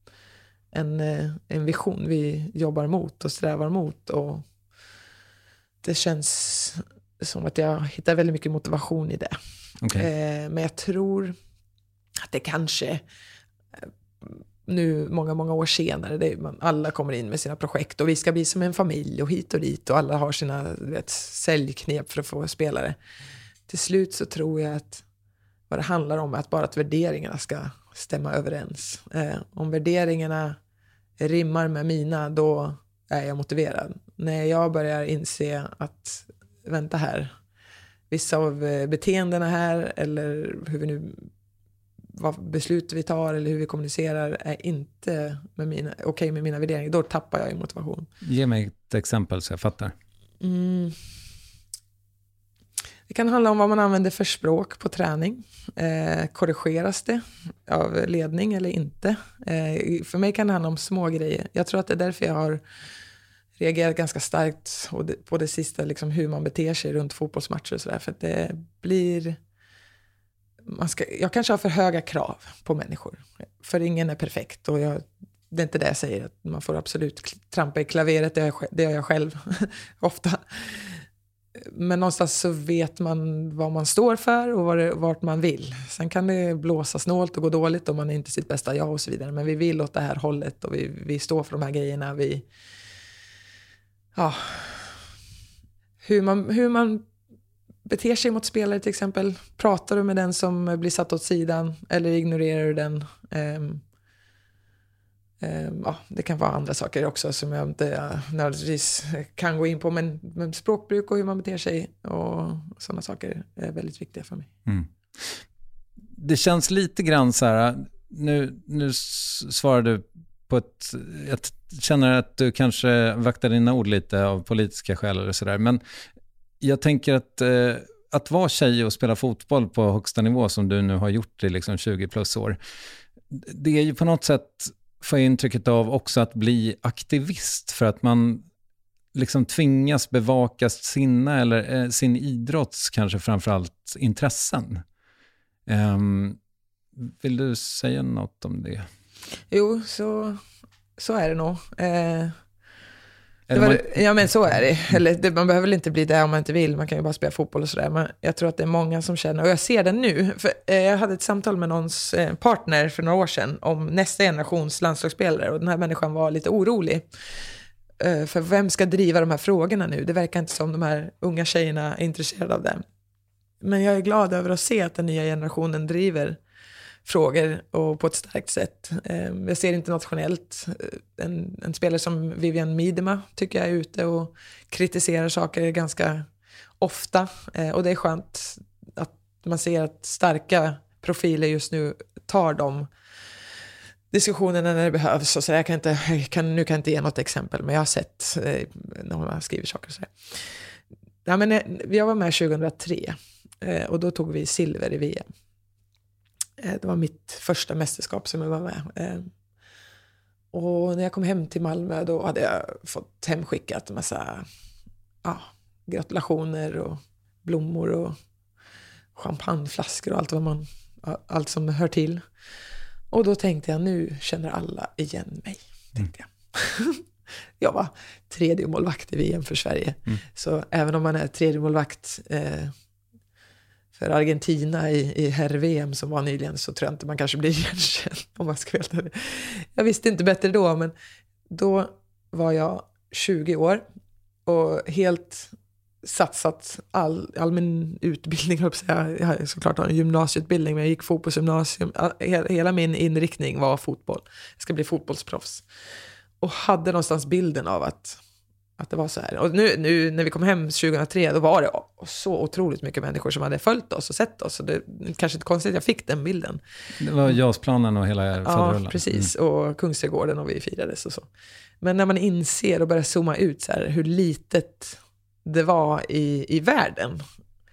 en vision vi jobbar mot och strävar mot, och det känns som att jag hittar väldigt mycket motivation i det. Okay. Men jag tror att det kanske nu många år senare, alla kommer in med sina projekt och vi ska bli som en familj och hit och dit och alla har sina säljknep för att få spelare. Till slut så tror jag att vad det handlar om är att bara att värderingarna ska stämma överens. Om värderingarna rimmar med mina, då är jag motiverad. När jag börjar inse att vänta här, vissa av beteendena här eller hur vi nu, vad beslut vi tar eller hur vi kommunicerar är inte okej med mina värderingar, då tappar jag i motivation. Ge mig ett exempel så jag fattar. Det kan handla om vad man använder för språk på träning. Korrigeras det av ledning eller inte? För mig kan det handla om små grejer. Jag tror att det är därför jag har reagerat ganska starkt på det sista, liksom hur man beter sig runt fotbollsmatcher och sådär. För att det blir... jag kanske har för höga krav på människor. För ingen är perfekt. Och det är inte det jag säger. Att man får absolut trampa i klaveret. Det gör jag själv ofta. Men någonstans så vet man vad man står för och vart man vill. Sen kan det blåsa snålt och gå dåligt om man är inte sitt bästa jag och så vidare. Men vi vill åt det här hållet och vi står för de här grejerna. Hur man beter sig mot spelare till exempel. Pratar du med den som blir satt åt sidan eller ignorerar du den? Det kan vara andra saker också som jag inte nödvändigtvis kan gå in på. Men språkbruk och hur man beter sig och sådana saker är väldigt viktiga för mig. Mm. Det känns lite grann så här, nu svarar du på jag känner att du kanske vaktar dina ord lite av politiska skäl eller sådär. Men jag tänker att vara tjej och spela fotboll på högsta nivå som du nu har gjort i liksom 20 plus år. Det är ju på något sätt, får jag intrycket av också, att bli aktivist för att man liksom tvingas bevaka sina eller sin idrotts kanske framförallt intressen. Vill du säga något om det? Jo, så är det nog. Ja, men så är det. Eller, man behöver väl inte bli det om man inte vill. Man kan ju bara spela fotboll och sådär. Men jag tror att det är många som känner, och jag ser det nu. För jag hade ett samtal med någons partner för några år sedan om nästa generations landslagsspelare. Och den här människan var lite orolig. För vem ska driva de här frågorna nu? Det verkar inte som de här unga tjejerna är intresserade av det. Men jag är glad över att se att den nya generationen driver frågor och på ett starkt sätt. Jag ser internationellt en spelare som Vivianne Miedema tycker jag är ute och kritiserar saker ganska ofta. Och det är skönt att man ser att starka profiler just nu tar de diskussionerna när det behövs. Och så jag nu kan jag inte ge något exempel, men jag har sett när man skriver saker och så. Ja, men jag var med 2003 och då tog vi silver i VM. Det var mitt första mästerskap som jag var med. Och när jag kom hem till Malmö då hade jag fått hemskickat en massa gratulationer och blommor och champagneflaskor och allt som hör till. Och då tänkte jag, nu känner alla igen mig, tänkte jag. Jag var tredje målvakt i VM för Sverige. Så även om man är tredje målvakt för Argentina i herr-VM som var nyligen, så tror jag inte man kanske blir igenkänd om man ska veta det. Jag visste inte bättre då, men då var jag 20 år och helt satsat all min utbildning, jag har såklart en gymnasieutbildning, men jag gick fotbollsgymnasium. Hela min inriktning var fotboll. Jag ska bli fotbollsproffs. Och hade någonstans bilden av att det var så här. Och nu när vi kom hem 2003, då var det så otroligt mycket människor som hade följt oss och sett oss. Och det är kanske inte konstigt att jag fick den bilden. Det var JAS-planen och hela fadrullen. Ja, precis. Och Kungsträdgården och vi firades och så. Men när man inser och börjar zooma ut så här, hur litet det var i världen.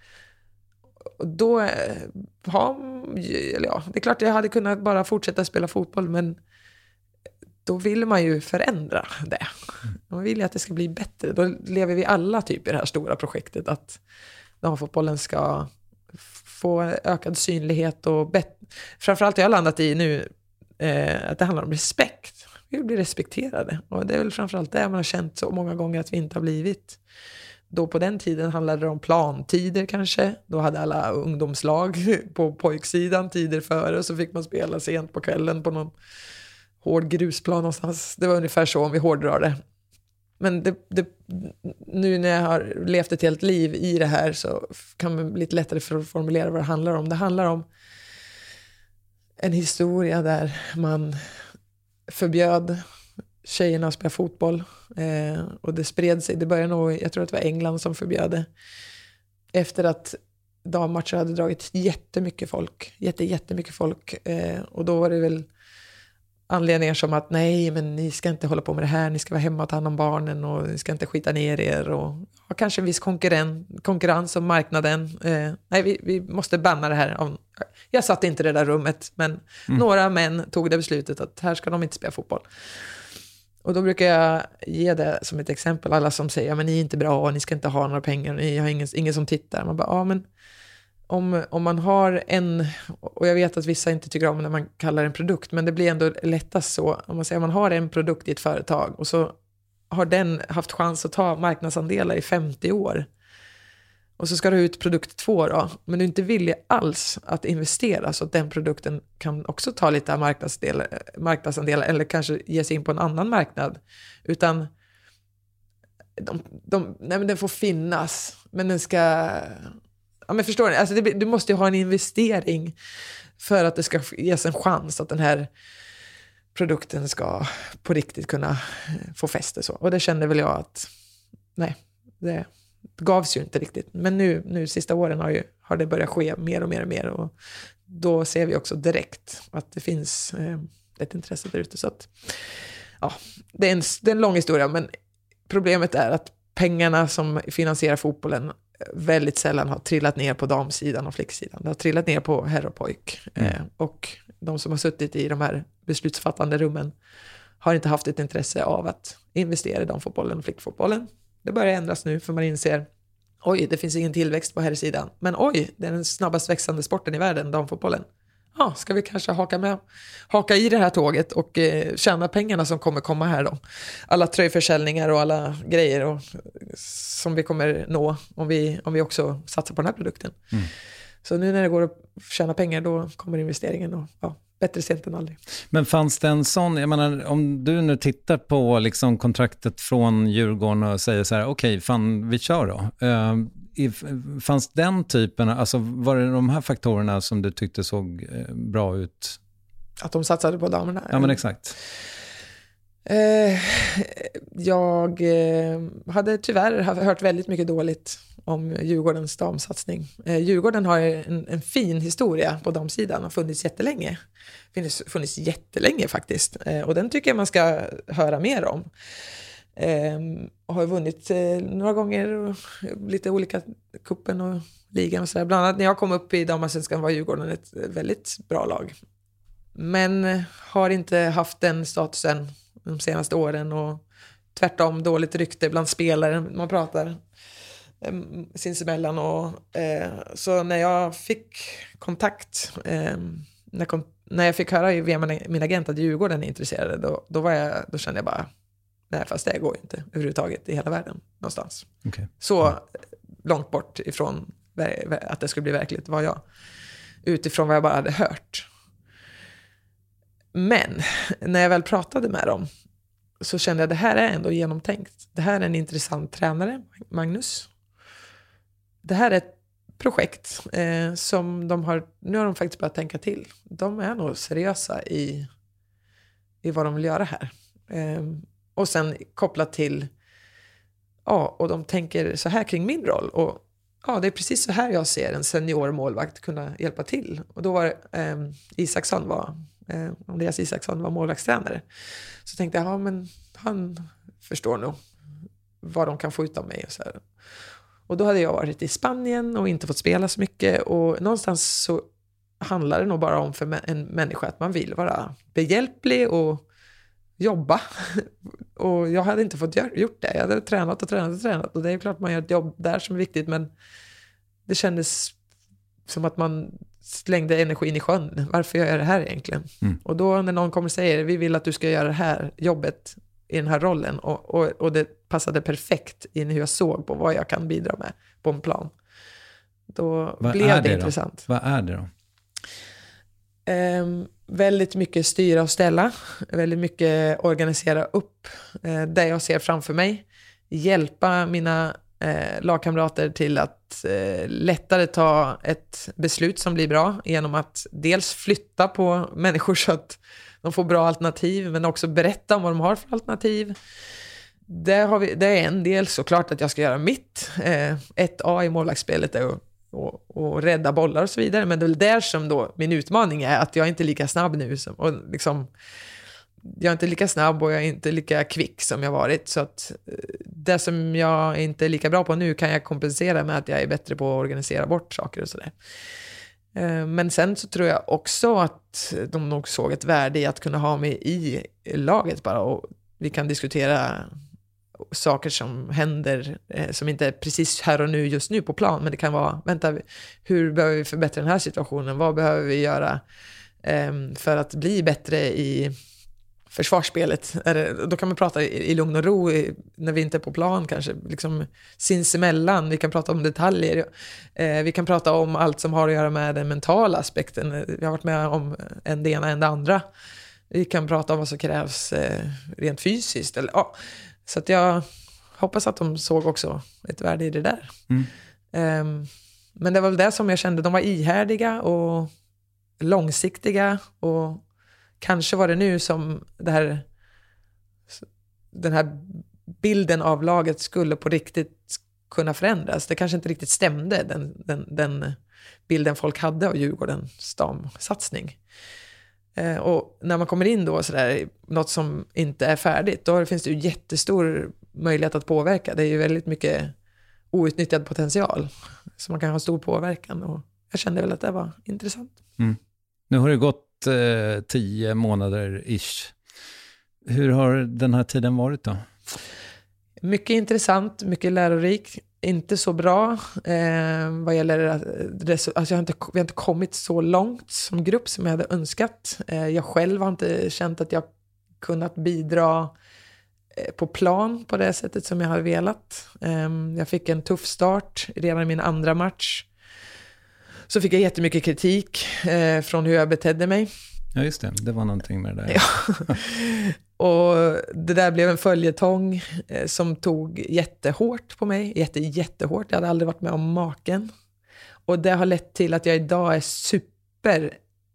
Då det är klart att jag hade kunnat bara fortsätta spela fotboll, men då vill man ju förändra det. Man vill ju att det ska bli bättre. Då lever vi alla typ i det här stora projektet att damfotbollen ska få ökad synlighet och framförallt jag har landat i nu att det handlar om respekt. Vi vill bli respekterade. Och det är väl framförallt det man har känt så många gånger att vi inte har blivit. Då på den tiden handlade det om plantider kanske. Då hade alla ungdomslag på pojksidan tider före, och så fick man spela sent på kvällen på någon hård grusplan någonstans. Det var ungefär så om vi hårdrar det. Men nu när jag har levt ett helt liv i det här så kan det bli lite lättare för att formulera vad det handlar om. Det handlar om en historia där man förbjöd tjejerna att spela fotboll. Och det spred sig. Det började nog, jag tror att det var England som förbjöd det. Efter att dammatcher hade dragit jättemycket folk. Jättemycket folk. Och då var det väl anledningar som att nej, men ni ska inte hålla på med det här, ni ska vara hemma och ta hand om barnen och ni ska inte skita ner er och kanske en viss konkurrens om marknaden. Nej, vi måste banna det här. Jag satt inte i det där rummet, men några män tog det beslutet att här ska de inte spela fotboll. Och då brukar jag ge det som ett exempel. Alla som säger, men ni är inte bra och ni ska inte ha några pengar, ni har ingen som tittar. Man bara, men om man har och jag vet att vissa inte tycker om när man kallar en produkt, men det blir ändå lättast så. Om man säger, man har en produkt i ett företag och så har den haft chans att ta marknadsandelar i 50 år. Och så ska du ut produkt 2 då, men du inte vill alls att investera så att den produkten kan också ta lite marknadsandelar eller kanske ge sig in på en annan marknad. Utan nej, men den får finnas, men den ska... Ja, men förstår ni? Alltså du måste ju ha en investering för att det ska ges en chans att den här produkten ska på riktigt kunna få fäste så. Och det kände väl jag att nej, det gavs ju inte riktigt. Men nu sista åren har det börjat ske mer och mer och mer. Och då ser vi också direkt att det finns ett intresse där ute. Så att, ja, det är en lång historia, men problemet är att pengarna som finansierar fotbollen väldigt sällan har trillat ner på damsidan och flicksidan. Det har trillat ner på herr och pojk. Och de som har suttit i de här beslutsfattande rummen har inte haft ett intresse av att investera i damfotbollen och flickfotbollen. Det börjar ändras nu, för man inser oj, det finns ingen tillväxt på herrsidan. Men oj, det är den snabbast växande sporten i världen, damfotbollen. Ja, ska vi kanske haka i det här tåget och tjäna pengarna som kommer komma här då. Alla tröjförsäljningar och alla grejer som vi kommer nå om vi också satsar på den här produkten. Så nu när det går att tjäna pengar, då kommer investeringen och bättre sent än aldrig. Men fanns det en sån, jag menar, om du nu tittar på liksom kontraktet från Djurgården och säger så här, okej, fan, vi kör då. Fanns den typen, alltså var det de här faktorerna som du tyckte såg bra ut? Att de satsade på damerna? Ja, men exakt. Jag hade tyvärr hört väldigt mycket dåligt om Djurgårdens damsatsning. Djurgården har en fin historia på damsidan, har funnits jättelänge. Funnits jättelänge faktiskt. Och den tycker jag man ska höra mer om. Och har vunnit några gånger och lite olika kuppen och ligan och sådär. Bland annat när jag kom upp i damallsvenskan var Djurgården ett väldigt bra lag. Men har inte haft den statusen de senaste åren, och tvärtom dåligt rykte bland spelare. Man pratar sinsemellan. Så när jag fick kontakt, när jag fick höra via min agent att Djurgården är intresserade, då kände jag bara, nej, fast det går inte överhuvudtaget i hela världen någonstans. Okay. Så långt bort ifrån att det skulle bli verkligt var jag, utifrån vad jag bara hade hört. Men när jag väl pratade med dem så kände jag att det här är ändå genomtänkt. Det här är en intressant tränare, Magnus. Det här är ett projekt som nu har de faktiskt börjat tänka till. De är nog seriösa i vad de vill göra här. Och sen kopplat till, och de tänker så här kring min roll. Och det är precis så här jag ser en senior målvakt kunna hjälpa till. Och då var Andreas Isaksson var målvaktstränare. Så tänkte jag, men han förstår nog vad de kan få ut av mig. Och så här. Och då hade jag varit i Spanien och inte fått spela så mycket. Och någonstans så handlar det nog bara om för en människa att man vill vara behjälplig och jobba. Och jag hade inte fått gjort det. Jag hade tränat. Och det är klart man gör ett jobb där som är viktigt. Men det kändes som att man slängde energin i sjön. Varför gör jag det här egentligen? Och då när någon kommer och säger, vi vill att du ska göra det här jobbet i den här rollen. Och det passade perfekt in hur jag såg på vad jag kan bidra med på en plan. Då blev det intressant. Vad är det då? Väldigt mycket styra och ställa. Väldigt mycket organisera upp det jag ser framför mig. Hjälpa mina lagkamrater till att lättare ta ett beslut som blir bra genom att dels flytta på människor så att de får bra alternativ, men också berätta om vad de har för alternativ. Det är en del, såklart att jag ska göra mitt. 1A i målvaktsspelet är och rädda bollar och så vidare. Men det är väl där som då min utmaning är att jag inte är lika snabb nu. Och liksom, jag är inte lika snabb och jag är inte lika kvick som jag varit. Så att det som jag inte är lika bra på nu kan jag kompensera med att jag är bättre på att organisera bort saker och sådär. Men sen så tror jag också att de nog såg ett värde i att kunna ha mig i laget bara. Och vi kan diskutera saker som händer som inte är precis här och nu just nu på plan, men det kan vara, hur behöver vi förbättra den här situationen, vad behöver vi göra för att bli bättre i försvarsspelet. Då kan man prata i lugn och ro när vi inte är på plan kanske, liksom sinsemellan. Vi kan prata om detaljer, vi kan prata om allt som har att göra med den mentala aspekten. Vi har varit med om en det ena än det andra. Vi kan prata om vad som krävs rent fysiskt så att jag hoppas att de såg också ett värde i det där. Men det var väl det som jag kände. De var ihärdiga och långsiktiga och kanske var det nu som den här bilden av laget skulle på riktigt kunna förändras. Det kanske inte riktigt stämde, den bilden folk hade av Djurgårdens damsatsning. Och när man kommer in då sådär, något som inte är färdigt, då finns det ju jättestor möjlighet att påverka. Det är ju väldigt mycket outnyttjad potential, så man kan ha stor påverkan, och jag kände väl att det var intressant. Nu har det gått 10 månader ish. Hur har den här tiden varit då? Mycket intressant, mycket lärorik. Inte så bra vad gäller alltså vi har inte kommit så långt som grupp som jag hade önskat. Jag själv har inte känt att jag kunnat bidra på plan på det sättet som jag hade velat. Jag fick en tuff start redan i min andra match. Så fick jag jättemycket kritik från hur jag betedde mig. Ja, just det. Det var någonting med det där. Ja. Och det där blev en följetong som tog jättehårt på mig. Jättehårt. Jag hade aldrig varit med om maken. Och det har lett till att jag idag är super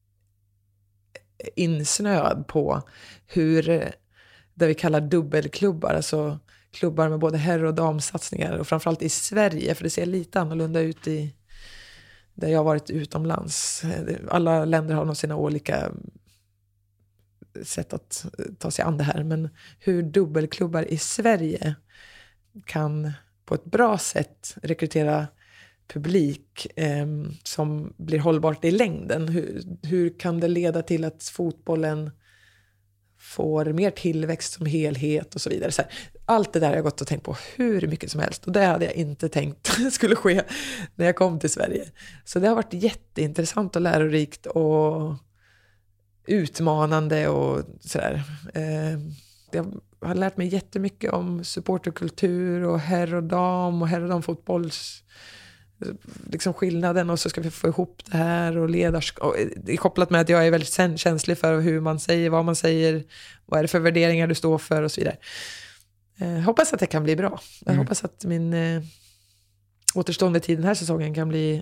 insnöad på hur det vi kallar dubbelklubbar, alltså klubbar med både herr- och damsatsningar, och framförallt i Sverige, för det ser lite annorlunda ut i där jag har varit utomlands. Alla länder har nog sina olika sätt att ta sig an det här, men hur dubbelklubbar i Sverige kan på ett bra sätt rekrytera publik som blir hållbart i längden. Hur kan det leda till att fotbollen får mer tillväxt som helhet och så vidare. Så här, allt det där har jag gått och tänkt på hur mycket som helst. Och det hade jag inte tänkt skulle ske när jag kom till Sverige. Så det har varit jätteintressant och lärorikt och utmanande och sådär. Jag har lärt mig jättemycket om supporterkultur och herr- och damfotbolls liksom skillnaden, och så ska vi få ihop det här och ledarskap. Det är kopplat med att jag är väldigt känslig för hur man säger, vad man säger, vad är det för värderingar du står för och så vidare. Hoppas att det kan bli bra. Jag hoppas att min återstående tid den här säsongen kan bli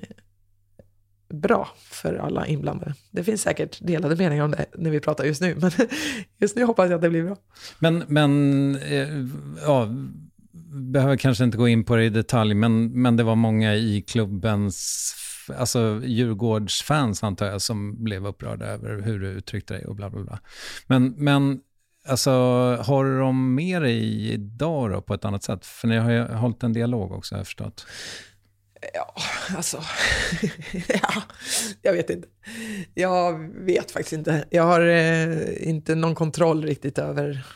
bra för alla inblandade. Det finns säkert delade meningar om det när vi pratar just nu, men just nu hoppas jag att det blir bra. Men ja, behöver kanske inte gå in på det i detalj, men det var många i klubbens, alltså Djurgårdsfans antar jag, som blev upprörda över hur du uttryckte dig och bla bla bla. Men alltså, har de med dig idag då på ett annat sätt? För ni har ju hållit en dialog också, har jag förstått. Ja, alltså ja, jag vet inte. Jag vet faktiskt inte. Jag har inte någon kontroll riktigt över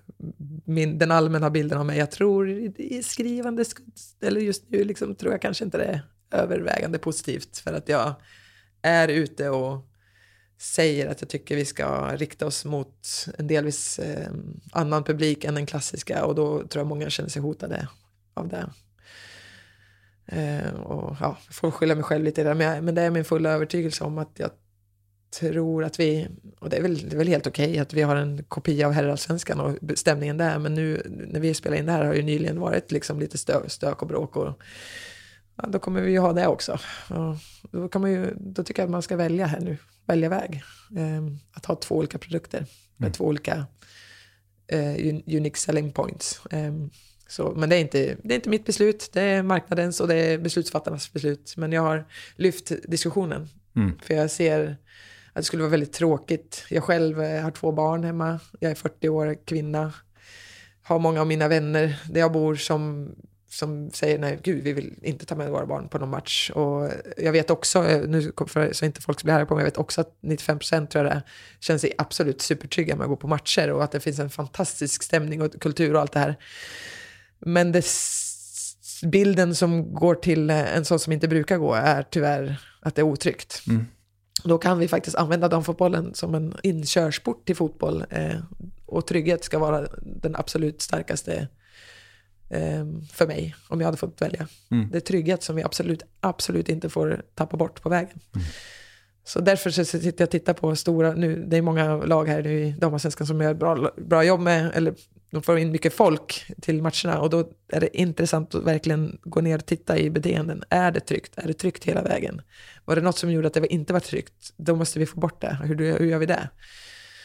den allmänna bilden av mig. Jag tror i skrivande, eller just nu liksom, tror jag kanske inte det är övervägande positivt, för att jag är ute och säger att jag tycker vi ska rikta oss mot en delvis annan publik än den klassiska, och då tror jag många känner sig hotade av det. Och ja, jag får skylla mig själv lite där, men det är min fulla övertygelse om att jag tror att vi, och det är väl helt okej att vi har en kopia av herrallsvenskan och stämningen där, men nu när vi spelar in det här har ju nyligen varit liksom lite stök och bråk, och ja, då kommer vi ju ha det också. Och då tycker jag att man ska välja väg. Att ha 2 olika produkter med 2 olika unique selling points. Så, men det är inte mitt beslut, det är marknadens och det är beslutsfattarnas beslut. Men jag har lyft diskussionen. För jag ser att det skulle vara väldigt tråkigt. Jag själv har 2 barn hemma, jag är 40 år kvinna. Har många av mina vänner där jag bor som säger nej, gud, vi vill inte ta med våra barn på någon match. Och jag vet också, nu så inte folk blir här på mig, jag vet också att 95% tror jag det känner sig absolut supertrygga med att gå på matcher, och att det finns en fantastisk stämning och kultur och allt det här. Men bilden som går till en sån som inte brukar gå är tyvärr att det är otryggt. Då kan vi faktiskt använda damfotbollen som en inkörsport till fotboll, och trygghet ska vara den absolut starkaste för mig, om jag hade fått välja. Det är trygghet som vi absolut inte får tappa bort på vägen. Så därför så sitter jag och tittar på stora, nu, det är många lag här nu i damallsvenskan som gör bra jobb med, eller de får in mycket folk till matcherna, och då är det intressant att verkligen gå ner och titta i beteenden. Är det tryggt? Är det tryggt hela vägen? Var det något som gjorde att det inte var tryggt? Då måste vi få bort det. Hur gör vi det?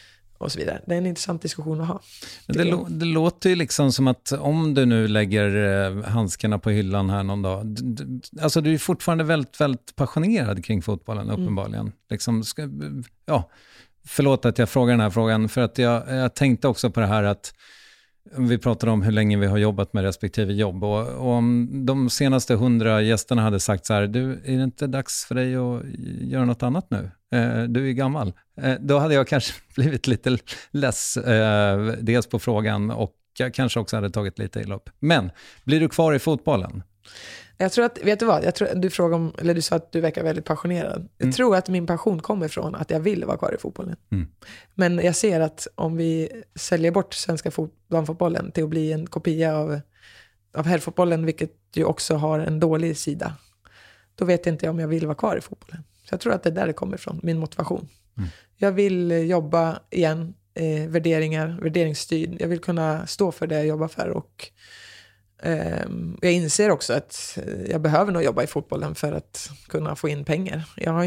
och så vidare. Det är en intressant diskussion att ha. Det låter ju liksom som att om du nu lägger handskarna på hyllan här någon dag, alltså du är fortfarande väldigt, väldigt passionerad kring fotbollen uppenbarligen. Liksom, förlåt att jag frågar den här frågan, för att jag tänkte också på det här att vi pratade om hur länge vi har jobbat med respektive jobb, och om de senaste 100 gästerna hade sagt så här: du, är det inte dags för dig att göra något annat nu? Du är gammal. Då hade jag kanske blivit lite less dels på frågan, och jag kanske också hade tagit lite illa upp. Men blir du kvar i fotbollen? Jag tror att, vet du vad? Jag tror, du sa att du verkar väldigt passionerad. Jag tror att min passion kommer från att jag vill vara kvar i fotbollen. Men jag ser att om vi säljer bort svenska damfotbollen till att bli en kopia av herrfotbollen, vilket ju också har en dålig sida, då vet jag inte om jag vill vara kvar i fotbollen. Så jag tror att det är där det kommer ifrån, min motivation. Jag vill jobba igen, värderingsstyrd. Jag vill kunna stå för det jag jobbar för, och jag inser också att jag behöver nog jobba i fotbollen för att kunna få in pengar. Jag har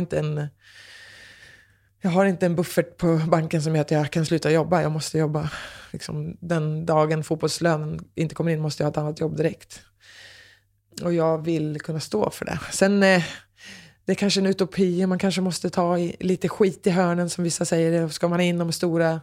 inte en buffert på banken som gör att jag kan sluta jobba. Jag måste jobba. Liksom, den dagen fotbollslönen inte kommer in måste jag ha ett annat jobb direkt. Och jag vill kunna stå för det. Sen det är kanske en utopi. Man kanske måste ta lite skit i hörnen, som vissa säger. Ska man in de stora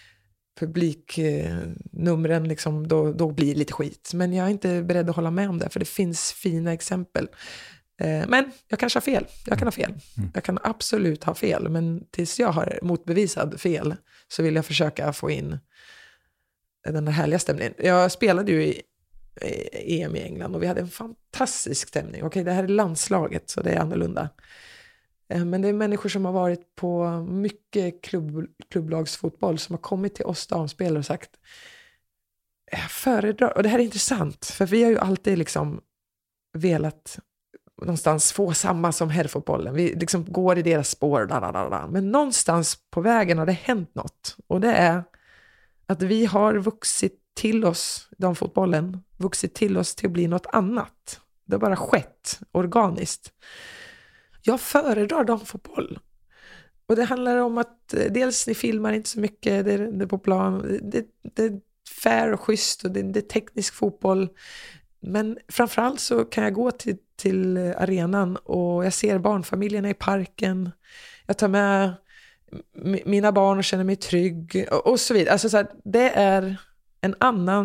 publiknumren, liksom, då blir det lite skit. Men jag är inte beredd att hålla med om det, för det finns fina exempel. Men jag kanske har fel. Jag kan ha fel. Jag kan absolut ha fel. Men tills jag har motbevisad fel så vill jag försöka få in den här härliga stämningen. Jag spelade ju i EM i England och vi hade en fantastisk stämning. Okej, det här är landslaget, så det är annorlunda. Men det är människor som har varit på mycket klubblagsfotboll som har kommit till oss damspelare och sagt: jag föredrar, och det här är intressant, för vi har ju alltid liksom velat någonstans få samma som herrfotbollen. Vi liksom går i deras spår. Men någonstans på vägen har det hänt något. Och det är att vi har vuxit till oss, damfotbollen, vuxit till oss till att bli något annat. Det har bara skett organiskt. Jag föredrar damfotboll. Och det handlar om att dels ni filmar inte så mycket, det är på plan, det är fair och schysst, och det är teknisk fotboll. Men framförallt så kan jag gå till arenan och jag ser barnfamiljerna i parken. Jag tar med mina barn och känner mig trygg och så vidare. Alltså så här, det är ett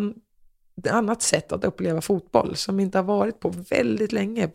annat sätt att uppleva fotboll som inte har varit på väldigt länge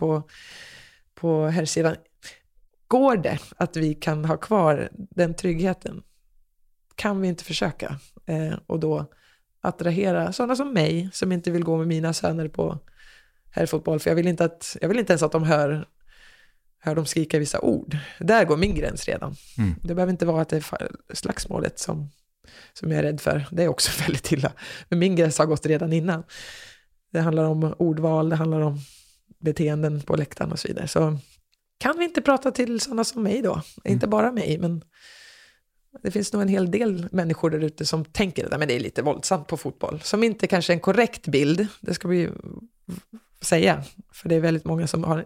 på här sidan. Går det att vi kan ha kvar den tryggheten? Kan vi inte försöka? Och då attrahera sådana som mig som inte vill gå med mina söner på herrfotboll, för jag vill inte ens att de hör dem skrika vissa ord. Där går min gräns redan. Det behöver inte vara att det är slagsmålet som jag är rädd för. Det är också väldigt illa. Men min gräns har gått redan innan. Det handlar om ordval, det handlar om beteenden på läktaren och så vidare. Så kan vi inte prata till sådana som mig då? Inte bara mig, men det finns nog en hel del människor där ute som tänker att det är lite våldsamt på fotboll. Som inte kanske är en korrekt bild, det ska vi säga. För det är väldigt många som har en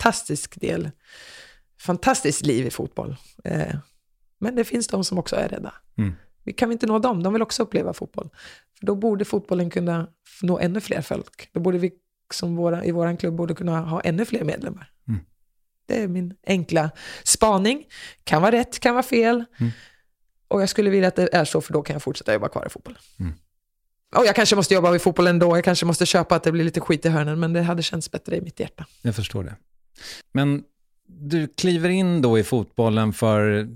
fantastiskt liv i fotboll. Men det finns de som också är rädda. Vi kan inte nå dem, de vill också uppleva fotboll. För då borde fotbollen kunna nå ännu fler folk. Då borde vi i våran klubb borde kunna ha ännu fler medlemmar. Det är min enkla spaning. Kan vara rätt, kan vara fel. Och jag skulle vilja att det är så, för då kan jag fortsätta jobba kvar i fotbollen. Och jag kanske måste jobba i fotbollen då. Jag kanske måste köpa att det blir lite skit i hörnen. Men det hade känts bättre i mitt hjärta. Jag förstår det. Men du kliver in då i fotbollen för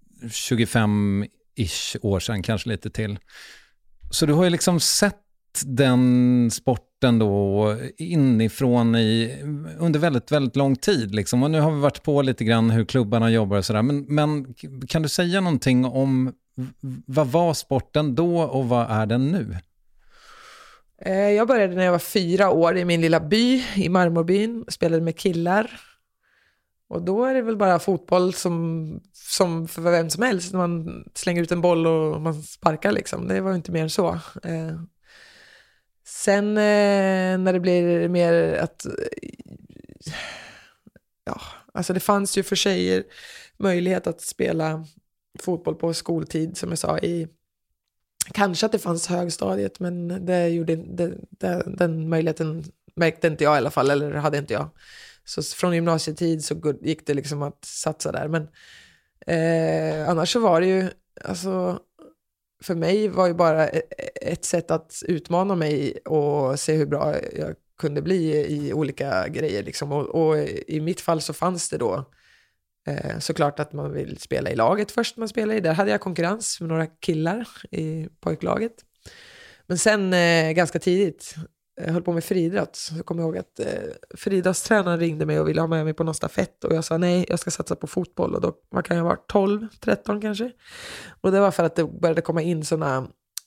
25-ish år sedan, kanske lite till. Så du har ju liksom sett den sporten då inifrån under väldigt, väldigt lång tid liksom. Och nu har vi varit på lite grann hur klubbarna jobbar och sådär. Men kan du säga någonting om vad var sporten då och vad är den nu? Jag började när jag var 4 år i min lilla by i Marmorbyn. Spelade med killar. Och då är det väl bara fotboll som för vem som helst. När man slänger ut en boll och man sparkar liksom. Det var inte mer än så. Sen när det blir mer att... Ja, alltså det fanns ju för tjejer möjlighet att spela fotboll på skoltid, som jag sa, i Kanske att det fanns högstadiet, men den möjligheten märkte inte jag i alla fall, eller hade inte jag. Så från gymnasietid så gick det liksom att satsa där. Men annars så var det ju, alltså, för mig var ju bara ett sätt att utmana mig och se hur bra jag kunde bli i olika grejer. Liksom. Och i mitt fall så fanns det då såklart att man vill spela i laget först man spelar i. Där hade jag konkurrens med några killar i pojklaget. Men sen ganska tidigt, jag höll på med friidrott, så kommer jag ihåg att friidrottstränaren ringde mig och ville ha med mig på någon stafett, och jag sa nej, jag ska satsa på fotboll. Och då var kan jag vara 12, 13 kanske. Och det var för att det började komma in sådana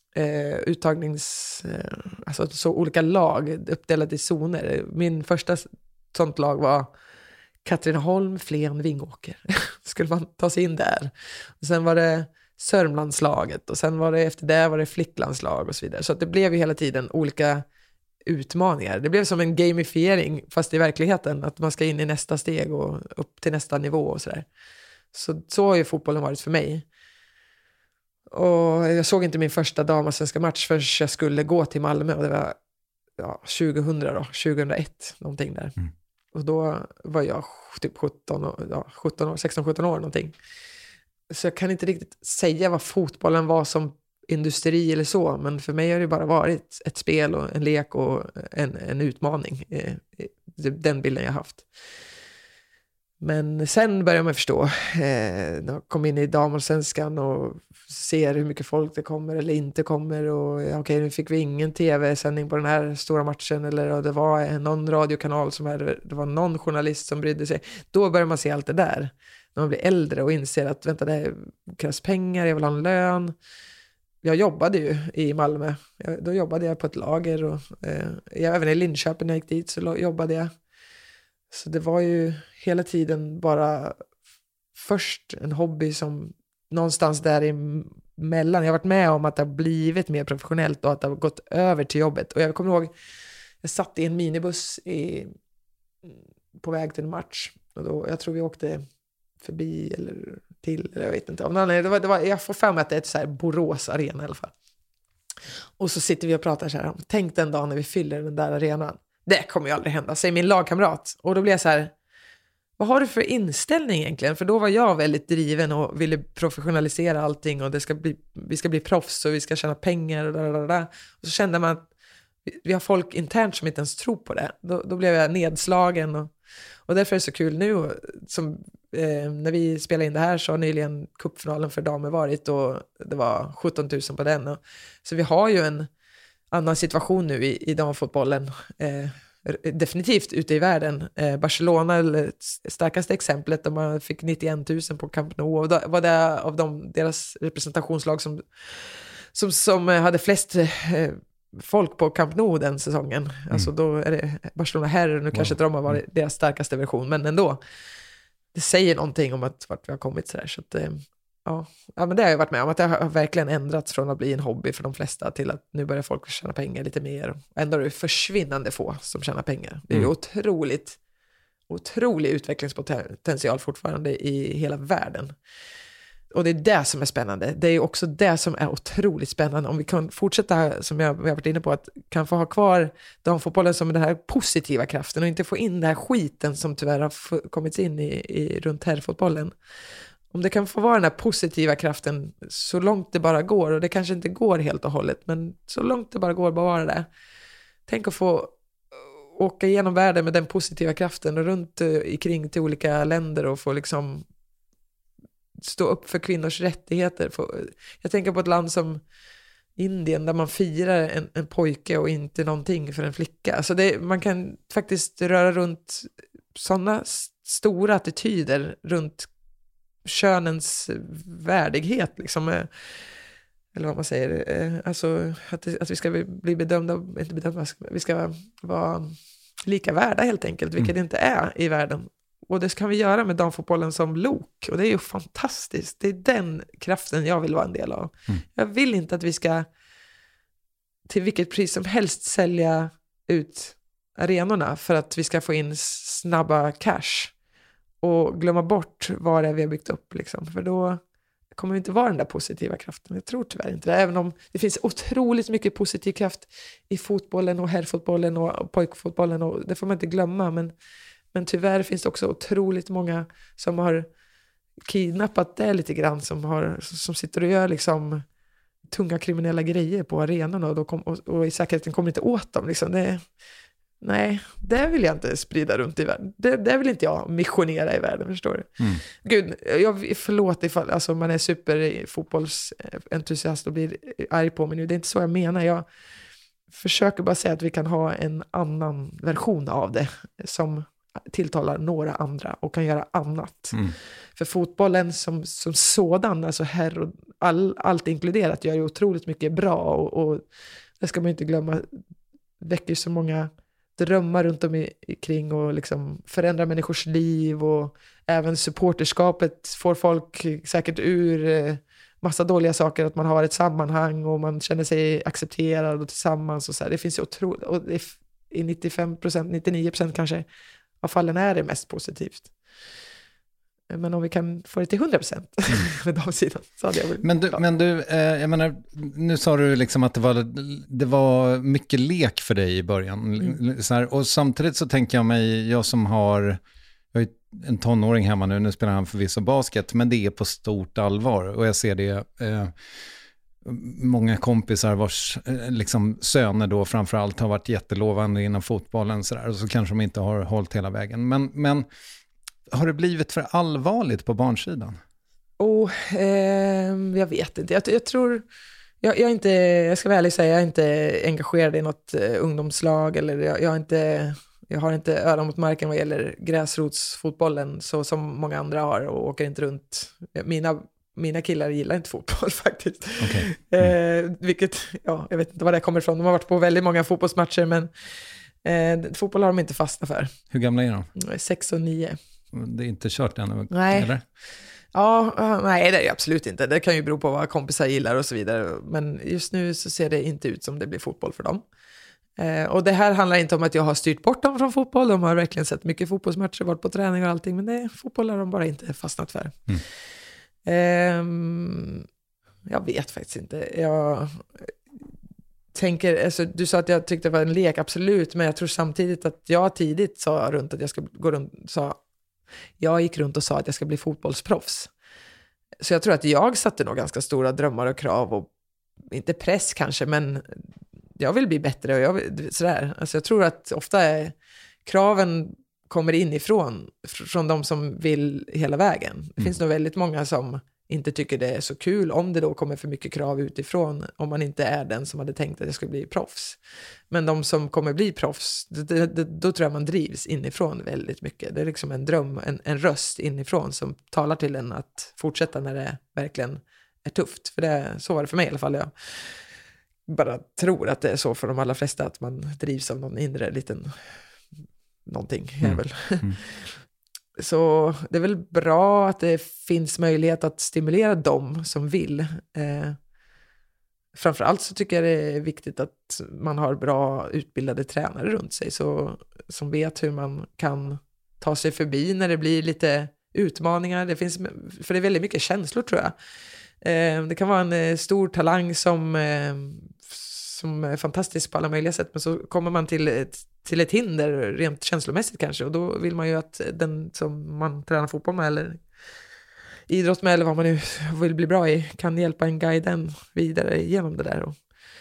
alltså så olika lag uppdelade i zoner. Min första sånt lag var Katrineholm, Flen, Vingåker. Skulle man ta sig in där. Och sen var det Sörmlandslaget, och sen var det efter det var det flicklandslag och så vidare. Så att det blev ju hela tiden olika utmaningar. Det blev som en gamifiering, fast i verkligheten, att man ska in i nästa steg och upp till nästa nivå och sådär. Så har ju fotbollen varit för mig. Och jag såg inte min första damallsvenska match förrän jag skulle gå till Malmö, och det var 2001 någonting där. Och då var jag typ 16-17 år någonting. Så jag kan inte riktigt säga vad fotbollen var som industri eller så, men för mig har det bara varit ett spel och en lek och en utmaning. Den bilden jag haft. Men sen börjar man förstå. Jag kom in i damallsvenskan och ser hur mycket folk det kommer eller inte kommer. Och okej, nu fick vi ingen tv-sändning på den här stora matchen. Eller det var någon radiokanal som det var någon journalist som brydde sig. Då börjar man se allt det där. När man blir äldre och inser att vänta, det krävs pengar, jag vill ha en lön. Jag jobbade ju i Malmö. Då jobbade jag på ett lager. Och även i Linköping när jag gick dit så jobbade jag. Så det var ju hela tiden bara först en hobby som någonstans däremellan. Jag har varit med om att det har blivit mer professionellt och att det har gått över till jobbet. Och jag kommer ihåg, jag satt i en minibuss på väg till en match. Och då, jag tror vi åkte förbi eller till, jag vet inte. Jag får för mig att det är ett så här Borås arena i alla fall. Och så sitter vi och pratar så här, tänk den dag när vi fyller den där arenan. Det kommer ju aldrig hända, säger min lagkamrat. Och då blir jag så här, vad har du för inställning egentligen? För då var jag väldigt driven och ville professionalisera allting. Och vi ska bli proffs och vi ska tjäna pengar. Och så kände man att vi har folk internt som inte ens tror på det. Då blev jag nedslagen. Och därför är det så kul nu. Som, när vi spelar in det här så har nyligen cupfinalen för damer varit. Och det var 17 000 på den. Så vi har ju en annan situation nu i damfotbollen. Definitivt ute i världen. Barcelona är det starkaste exemplet. De fick 91 000 på Camp Nou. Och då var det av deras representationslag som hade flest folk på Camp Nou den säsongen. Alltså då är det Barcelona herr. Nu kanske inte de har varit deras starkaste version. Men ändå. Det säger någonting om vart vi har kommit sådär. Så att ja, men det har jag varit med om, att det har verkligen ändrats från att bli en hobby för de flesta till att nu börjar folk tjäna pengar lite mer. Ändå är det försvinnande få som tjänar pengar. Det är ju otrolig utvecklingspotential fortfarande i hela världen. Och det är det som är spännande. Det är också det som är otroligt spännande. Om vi kan fortsätta, som jag har varit inne på, att kan få ha kvar damfotbollen som den här positiva kraften och inte få in den här skiten som tyvärr har kommit in i runt herrfotbollen. Om det kan få vara den här positiva kraften så långt det bara går, och det kanske inte går helt och hållet, men så långt det bara går, bara vara det. Tänk att få åka igenom världen med den positiva kraften och runt ikring till olika länder och få liksom stå upp för kvinnors rättigheter. Jag tänker på ett land som Indien där man firar en pojke och inte någonting för en flicka. Alltså man kan faktiskt röra runt sådana stora attityder runt könens värdighet liksom, eller vad man säger, alltså att vi ska bli bedömda, vi ska vara lika värda helt enkelt, vilket det inte är i världen. Och det kan vi göra med damfotbollen som lok, och det är ju fantastiskt. Det är den kraften jag vill vara en del av. Jag vill inte att vi ska till vilket pris som helst sälja ut arenorna för att vi ska få in snabba cash och glömma bort vad det är vi har byggt upp liksom. För då kommer inte vara den där positiva kraften. Jag tror tyvärr inte det. Även om det finns otroligt mycket positiv kraft i fotbollen och herrfotbollen och pojkfotbollen. Och det får man inte glömma. Men tyvärr finns det också otroligt många som har kidnappat det lite grann. Som sitter och gör liksom tunga kriminella grejer på arenan. Och i säkerheten kommer inte åt dem. Liksom. Nej, det vill jag inte sprida runt i världen. Det vill inte jag missionera i världen, förstår du? Gud, förlåt ifall alltså, man är superfotbollsentusiast och blir arg på mig nu. Det är inte så jag menar. Jag försöker bara säga att vi kan ha en annan version av det som tilltalar några andra och kan göra annat. För fotbollen som sådan, alltså herr och allt inkluderat, gör ju otroligt mycket bra och det ska man inte glömma, väcker så många drömmar runt omkring och liksom förändrar människors liv, och även supporterskapet får folk säkert ur massa dåliga saker, att man har ett sammanhang och man känner sig accepterad och tillsammans och så här. Det finns ju otroligt, och i 95%, 99% kanske av fallen är det mest positivt. Men om vi kan få det till 100% med de sidan, så hade jag väl... Men du, jag menar, nu sa du liksom att det var mycket lek för dig i början. Så här, och samtidigt så tänker jag mig, jag har en tonåring hemma nu spelar han förvisso basket, men det är på stort allvar. Och jag ser det, många kompisar vars liksom söner då framförallt har varit jättelovande inom fotbollen så där, och så kanske de inte har hållit hela vägen. Men har det blivit för allvarligt på barnsidan? Jag vet inte. Jag tror... Jag ska väl ärligt säga, jag är inte engagerad i något ungdomslag, eller jag har inte öron mot marken vad gäller gräsrotsfotbollen så som många andra har, och åker inte runt. Mina killar gillar inte fotboll faktiskt. Okay. Vilket, jag vet inte var det kommer ifrån. De har varit på väldigt många fotbollsmatcher, men fotboll har de inte fastnat för. Hur gamla är de? 6 och 9. Det är inte kört än, nej. Eller? Nej, det är det absolut inte. Det kan ju bero på vad kompisar gillar och så vidare. Men just nu så ser det inte ut som det blir fotboll för dem. Och det här handlar inte om att jag har styrt bort dem från fotboll. De har verkligen sett mycket fotbollsmatcher, varit på träning och allting. Men fotboll har de bara inte fastnat för. Jag vet faktiskt inte. Jag tänker, alltså, du sa att jag tyckte det var en lek, absolut. Men jag tror samtidigt att jag tidigt sa runt att jag ska gå runt, jag gick runt och sa att jag ska bli fotbollsproffs. Så jag tror att jag satte nog ganska stora drömmar och krav, och inte press kanske, men jag vill bli bättre och sådär. Alltså jag tror att ofta kraven kommer inifrån, från de som vill hela vägen. Det finns nog väldigt många som inte tycker det är så kul om det då kommer för mycket krav utifrån, om man inte är den som hade tänkt att jag skulle bli proffs. Men de som kommer bli proffs, då tror jag man drivs inifrån väldigt mycket. Det är liksom en dröm, en röst inifrån som talar till en att fortsätta när det verkligen är tufft. För så var det för mig i alla fall. Jag bara tror att det är så för de allra flesta, att man drivs av någon inre liten någonting. Så det är väl bra att det finns möjlighet att stimulera dem som vill. Framförallt så tycker jag det är viktigt att man har bra utbildade tränare runt sig, som vet hur man kan ta sig förbi när det blir lite utmaningar. För det är väldigt mycket känslor, tror jag. Det kan vara en stor talang som är fantastisk på alla möjliga sätt, men så kommer man till ett hinder rent känslomässigt kanske, och då vill man ju att den som man tränar fotboll med eller idrott med, eller vad man nu vill bli bra i, kan hjälpa en guiden vidare genom det där.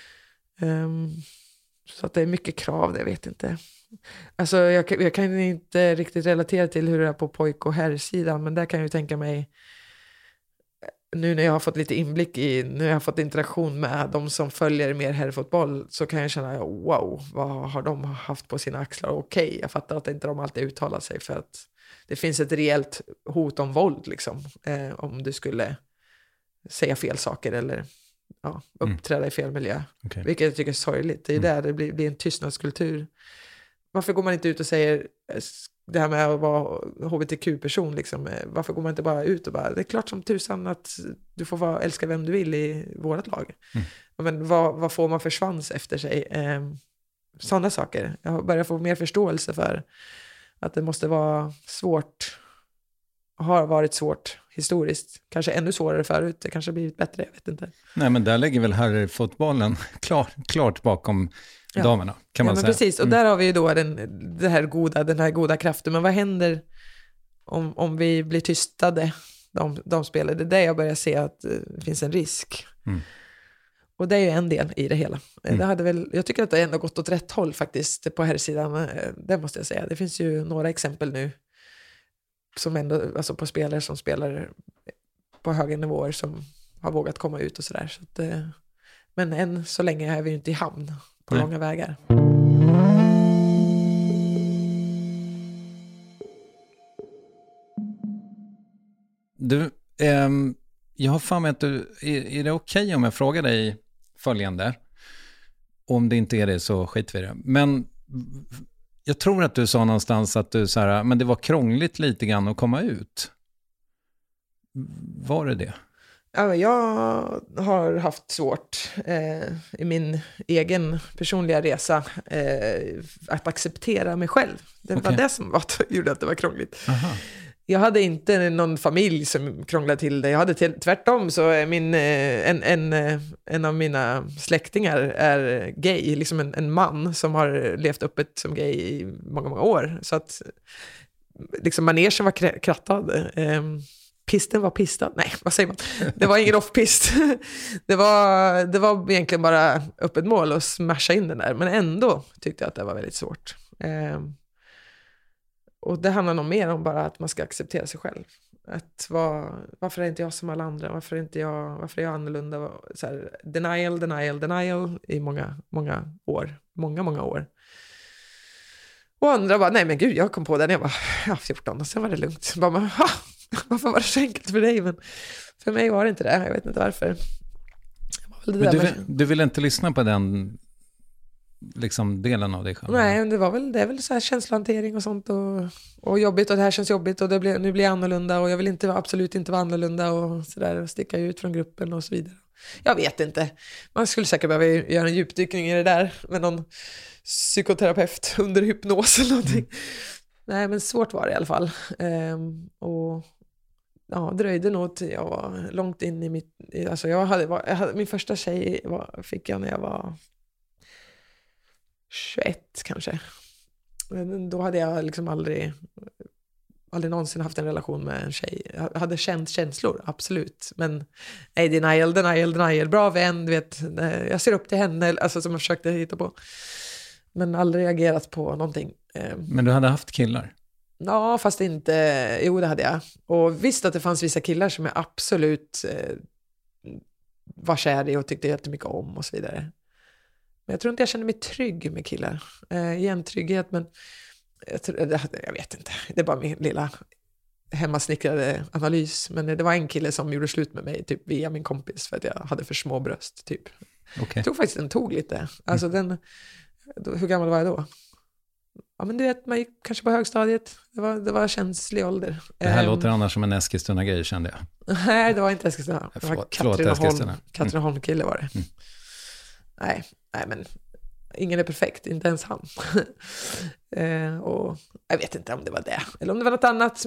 Så att det är mycket krav, det jag vet inte. Alltså jag kan inte riktigt relatera till hur det är på pojk- och herrsidan, men där kan jag ju tänka mig, nu när jag har fått lite inblick när jag har fått interaktion med de som följer mer herrfotboll, så kan jag känna, wow, vad har de haft på sina axlar? Okej, jag fattar att inte de alltid uttalar sig, för att det finns ett rejält hot om våld liksom, om du skulle säga fel saker eller uppträda i fel miljö. Okay. Vilket jag tycker är sorgligt. Det är där det blir en tystnadskultur. Varför går man inte ut och säger det här med att vara hbtq-person liksom, varför går man inte bara ut och bara, det är klart som tusan att du får älska vem du vill i vårat lag. Men vad får man för svans efter sig? Sådana saker. Jag börjar få mer förståelse för att det måste vara svårt har varit svårt historiskt. Kanske ännu svårare förut. Det kanske har blivit bättre, jag vet inte. Nej, men där ligger väl herrfotbollen klart bakom damerna, kan man säga. Precis, och där har vi ju då den här goda kraften. Men vad händer om vi blir tystade, de spelare? Det är där jag börjar se att det finns en risk. Och det är ju en del i det hela. Jag tycker att det ändå gått åt rätt håll faktiskt på här sidan. Det måste jag säga. Det finns ju några exempel nu som ändå, alltså på spelare som spelar på höga nivåer som har vågat komma ut och sådär. Så att, men än så länge är vi ju inte i hamn på långa vägar. Du, jag har för mig att du, är det okej om jag frågar dig följande? Om det inte är det så skiter vi det. Men jag tror att du sa någonstans att du så här, men det var krångligt lite grann att komma ut. Var det? Ja, jag har haft svårt i min egen personliga resa att acceptera mig själv. Det var det som gjorde att det var krångligt. Aha. Jag hade inte någon familj som krånglade till det. Jag hade tvärtom, så en av mina släktingar är gay. Liksom en man som har levt öppet som gay i många, många år. Så att liksom manegen var krattad. Pisten var pistad. Nej, vad säger man? Det var ingen off-pist. Det var egentligen bara öppet mål och smasha in den där. Men ändå tyckte jag att det var väldigt svårt. Och det handlar nog mer om bara att man ska acceptera sig själv. Varför är inte jag som alla andra? Varför är jag annorlunda? Så här, denial i många år. Många år. Och andra bara, nej men gud, jag kom på det när jag var 14 och sen var det lugnt. Bara, varför var det så enkelt för dig? Men för mig var det inte det. Jag vet inte varför. Du vill inte lyssna på den liksom delen av dig själv? Nej, det är väl så här känslohantering och sånt och jobbigt, och det här känns jobbigt och nu blir jag annorlunda och jag vill absolut inte vara annorlunda och sådär, sticka ut från gruppen och så vidare. Jag vet inte. Man skulle säkert behöva göra en djupdykning i det där med någon psykoterapeut under hypnos eller någonting. Nej, men svårt var det i alla fall. Och ja, dröjde nog till jag var långt in i mitt... Alltså jag hade min första tjej fick jag när jag var 21 kanske. Då hade jag liksom aldrig någonsin haft en relation med en tjej. Jag hade känt känslor, absolut. Men nej, denial. Bra vän, du vet. Jag ser upp till henne, alltså som jag försökte hitta på. Men aldrig reagerat på någonting. Men du hade haft killar? Ja, fast inte... Jo, det hade jag. Och visst att det fanns vissa killar som jag absolut var kär i och tyckte jättemycket om och så vidare. Men jag tror inte jag kände mig trygg med killar. Igen trygghet, men jag vet inte. Det är bara min lilla hemmasnickrade analys. Men det var en kille som gjorde slut med mig typ via min kompis för att jag hade för små bröst typ. Okay. Jag tror faktiskt den tog lite. Alltså hur gammal var jag då? Ja, men du vet, man gick kanske på högstadiet. Det var känslig ålder. Det här låter annars som en Eskilstuna-grej, kände jag. Nej, det var inte Eskilstuna. Det var Katrineholm-kille var det. Nej, men ingen är perfekt, inte ens han. Och jag vet inte om det var det. Eller om det var något annat.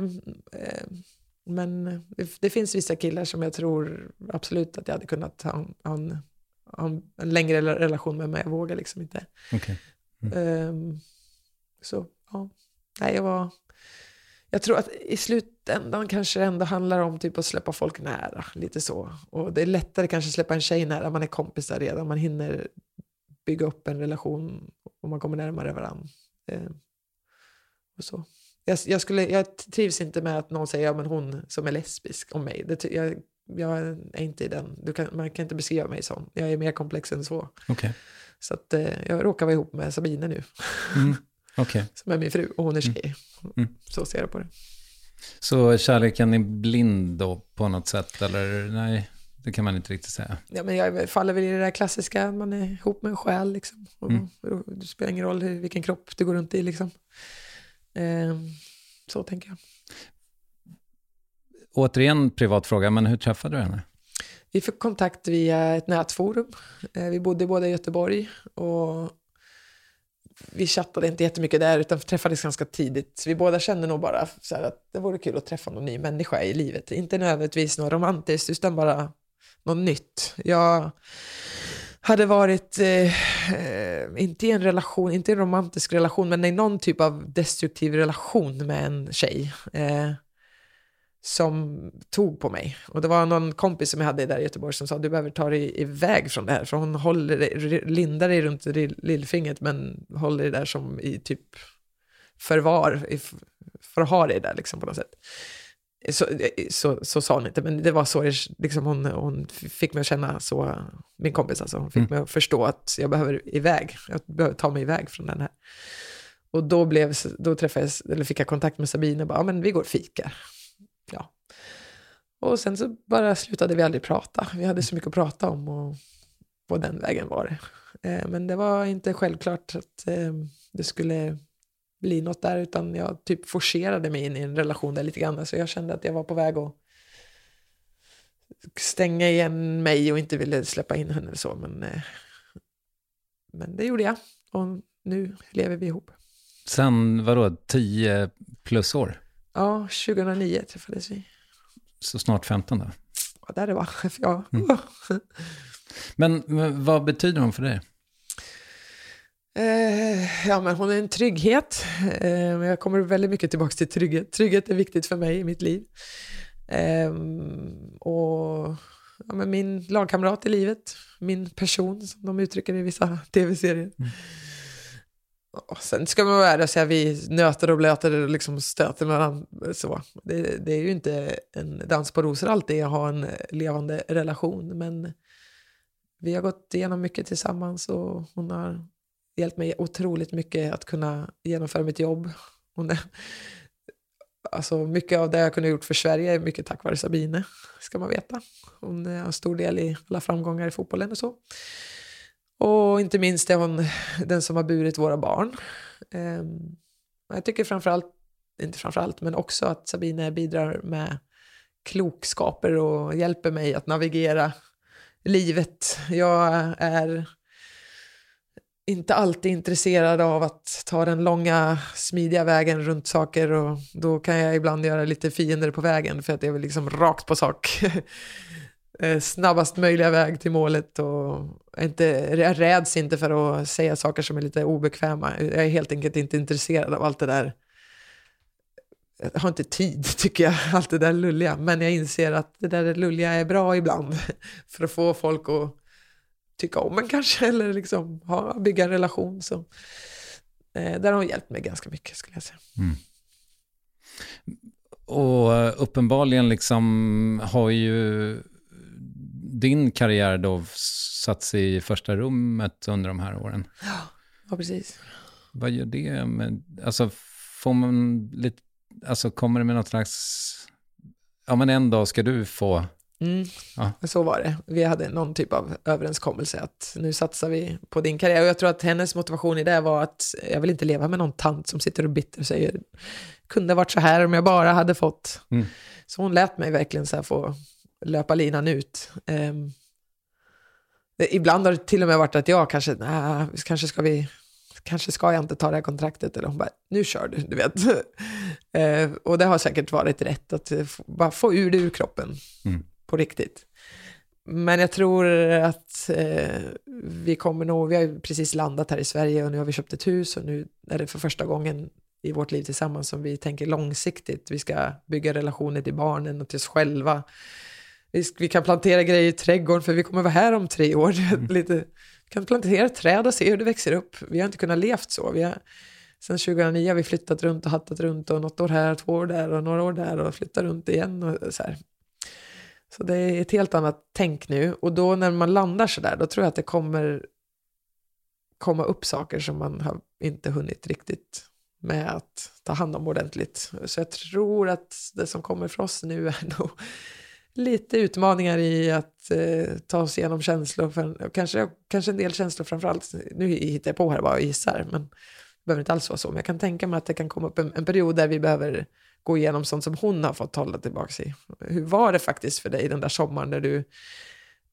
Men det finns vissa killar som jag tror absolut att jag hade kunnat ha en längre relation med mig. Jag vågar liksom inte. Okay. Så, ja. Nej, jag tror att i slutändan kanske det ändå handlar om typ att släppa folk nära, lite så. Och det är lättare kanske att släppa en tjej nära, man är kompisar redan, man hinner bygga upp en relation och man kommer närmare varandra. Och så. Jag trivs inte med att någon säger, ja men hon som är lesbisk om mig. Jag är inte i den. Man kan inte beskriva mig som. Jag är mer komplex än så. Okay. Så att jag råkar vara ihop med Sabine nu. Okay. Som är min fru och hon är tjej. Så ser jag på det. Så kärleken är blind då på något sätt? Eller nej, det kan man inte riktigt säga. Ja, men jag faller väl i det där klassiska. Man är ihop med en själ liksom. Och det spelar ingen roll vilken kropp du går runt i liksom. Så tänker jag. Återigen privat fråga, men hur träffade du henne? Vi fick kontakt via ett nätforum. Vi bodde båda i Göteborg och vi chattade inte jättemycket där utan träffades ganska tidigt. Vi båda kände nog bara så här att det vore kul att träffa någon ny människa i livet. Inte nödvändigtvis något romantiskt utan bara något nytt. Jag hade varit, inte i en relation, inte i en romantisk relation, men i någon typ av destruktiv relation med en tjej som tog på mig. Och det var någon kompis som jag hade där i Göteborg som sa, du behöver ta dig iväg från det här. För hon lindar dig runt lillfingret men håller det där som i typ förvar, för att ha det där liksom på något sätt. Så sa hon inte, men det var så liksom hon fick mig att känna så, min kompis alltså, hon fick mig att förstå att jag behöver ta mig iväg från den här. Och då fick jag kontakt med Sabine och bara, men vi går fika. Ja. Och sen så bara slutade vi aldrig prata. Vi hade så mycket att prata om och på den vägen var det. Men det var inte självklart att det skulle bli något där, utan jag typ forcerade mig in i en relation där lite grann. Så jag kände att jag var på väg att stänga igen mig och inte ville släppa in henne eller så. Men det gjorde jag. Och nu lever vi ihop. Sen vadå, 10 plus år? Ja, 2009 träffades vi. Så snart 15 då? Ja, där det var. Ja. Men vad betyder hon för dig? Ja, men hon är en trygghet. Jag kommer väldigt mycket tillbaka till trygghet. Trygghet är viktigt för mig i mitt liv. Och ja, men min lagkamrat i livet. Min person, som de uttrycker det i vissa tv-serier. Och sen ska man vara ärlig och säga att vi nöter och blöter och liksom stöter med varandra. Så. Det är ju inte en dans på rosor alltid att ha en levande relation. Men vi har gått igenom mycket tillsammans och hon har hjälpt mig otroligt mycket att kunna genomföra mitt jobb. Alltså mycket av det jag kunde gjort för Sverige är mycket tack vare Sabine, ska man veta. Hon har stor del i alla framgångar i fotbollen och så. Och inte minst är hon den som har burit våra barn. Jag tycker men också att Sabine bidrar med klokskaper och hjälper mig att navigera livet. Jag är inte alltid intresserad av att ta den långa, smidiga vägen runt saker, och då kan jag ibland göra lite fiender på vägen för att jag vill liksom rakt på sak. Snabbast möjliga väg till målet, och jag räds inte för att säga saker som är lite obekväma. Jag är helt enkelt inte intresserad av allt det där. Jag har inte tid, tycker jag, allt det där lulliga, men jag inser att det där lulliga är bra ibland för att få folk att tycka om en kanske, eller liksom bygga en relation. Så där har hon hjälpt mig ganska mycket, skulle jag säga. Och uppenbarligen liksom har ju din karriär då satt sig i första rummet under de här åren. Ja, precis. Vad gör det med, alltså får man lite, alltså kommer det med något slags, ja men en dag ska du få. Ja. Så var det. Vi hade någon typ av överenskommelse att nu satsar vi på din karriär. Och jag tror att hennes motivation i det var att jag vill inte leva med någon tant som sitter och bitter och säger kunde varit så här om jag bara hade fått. Så hon lät mig verkligen så här få löpa linan ut. Ibland har det till och med varit att jag kanske ska jag inte ta det här kontraktet, eller hon bara, nu kör du vet. Och det har säkert varit rätt att bara få ur det ur kroppen på riktigt. Men jag tror att vi har ju precis landat här i Sverige och nu har vi köpt ett hus, och nu är det för första gången i vårt liv tillsammans som vi tänker långsiktigt. Vi ska bygga relationer till barnen och till oss själva. Vi kan plantera grejer i trädgården, för vi kommer vara här om 3 år. Vi kan plantera träd och se hur det växer upp. Vi har inte kunnat levt så. Sen 2009 har vi flyttat runt och hattat runt, och något år här, 2 år där och några år där, och flyttat runt igen och så här. Så det är ett helt annat tänk nu. Och då när man landar så där, då tror jag att det kommer komma upp saker som man har inte hunnit riktigt med att ta hand om ordentligt. Så jag tror att det som kommer för oss nu är nog lite utmaningar i att ta oss igenom känslor. Kanske en del känslor framförallt. Nu hittar jag på här bara och gissar, men det behöver inte alls vara så. Men jag kan tänka mig att det kan komma upp en period där vi behöver gå igenom sånt som hon har fått hålla tillbaka sig. Hur var det faktiskt för dig den där sommaren där du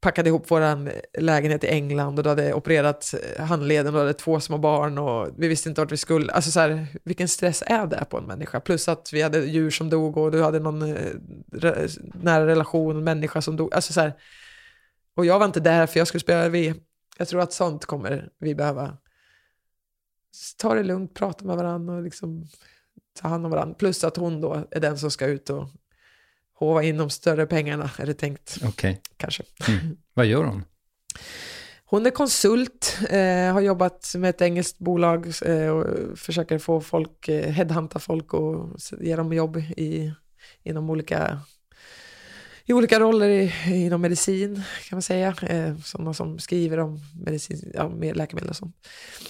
packade ihop våran lägenhet i England och då hade opererat handleden och hade 2 små barn och vi visste inte vart vi skulle. Alltså så här, vilken stress är det på en människa? Plus att vi hade djur som dog och du hade någon nära relation, en människa som dog. Alltså så här, och jag var inte där för jag skulle spela jag tror att sånt kommer vi behöva. Ta det lugnt, prata med varandra och liksom ta hand om varandra. Plus att hon då är den som ska ut och hova in de större pengarna, är det tänkt. Okej. Kanske. Vad gör hon? Hon är konsult, har jobbat med ett engelskt bolag och försöker få folk, headhunta folk och ge dem jobb inom olika roller inom medicin, kan man säga. Sådana som skriver om medicin, med läkemedel och sånt.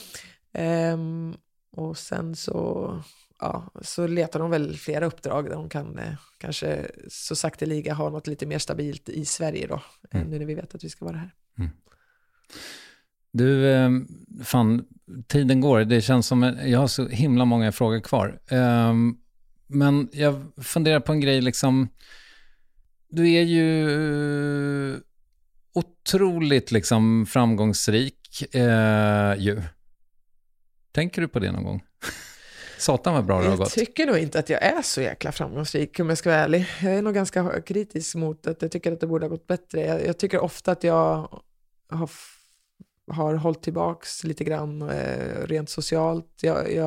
Och sen så letar de väl flera uppdrag där de kan kanske så sakteliga ha något lite mer stabilt i Sverige då, nu när vi vet att vi ska vara här. Du, fan, tiden går. Det känns som jag har så himla många frågor kvar. Men jag funderar på en grej liksom. Du är ju otroligt liksom framgångsrik ju. Tänker du på det någon gång? Satan vad bra det har gått. Jag tycker nog inte att jag är så jäkla framgångsrik om jag ska vara ärlig. Jag är nog ganska kritisk mot att jag tycker att det borde ha gått bättre. Jag tycker ofta att jag har hållit tillbaks lite grann rent socialt.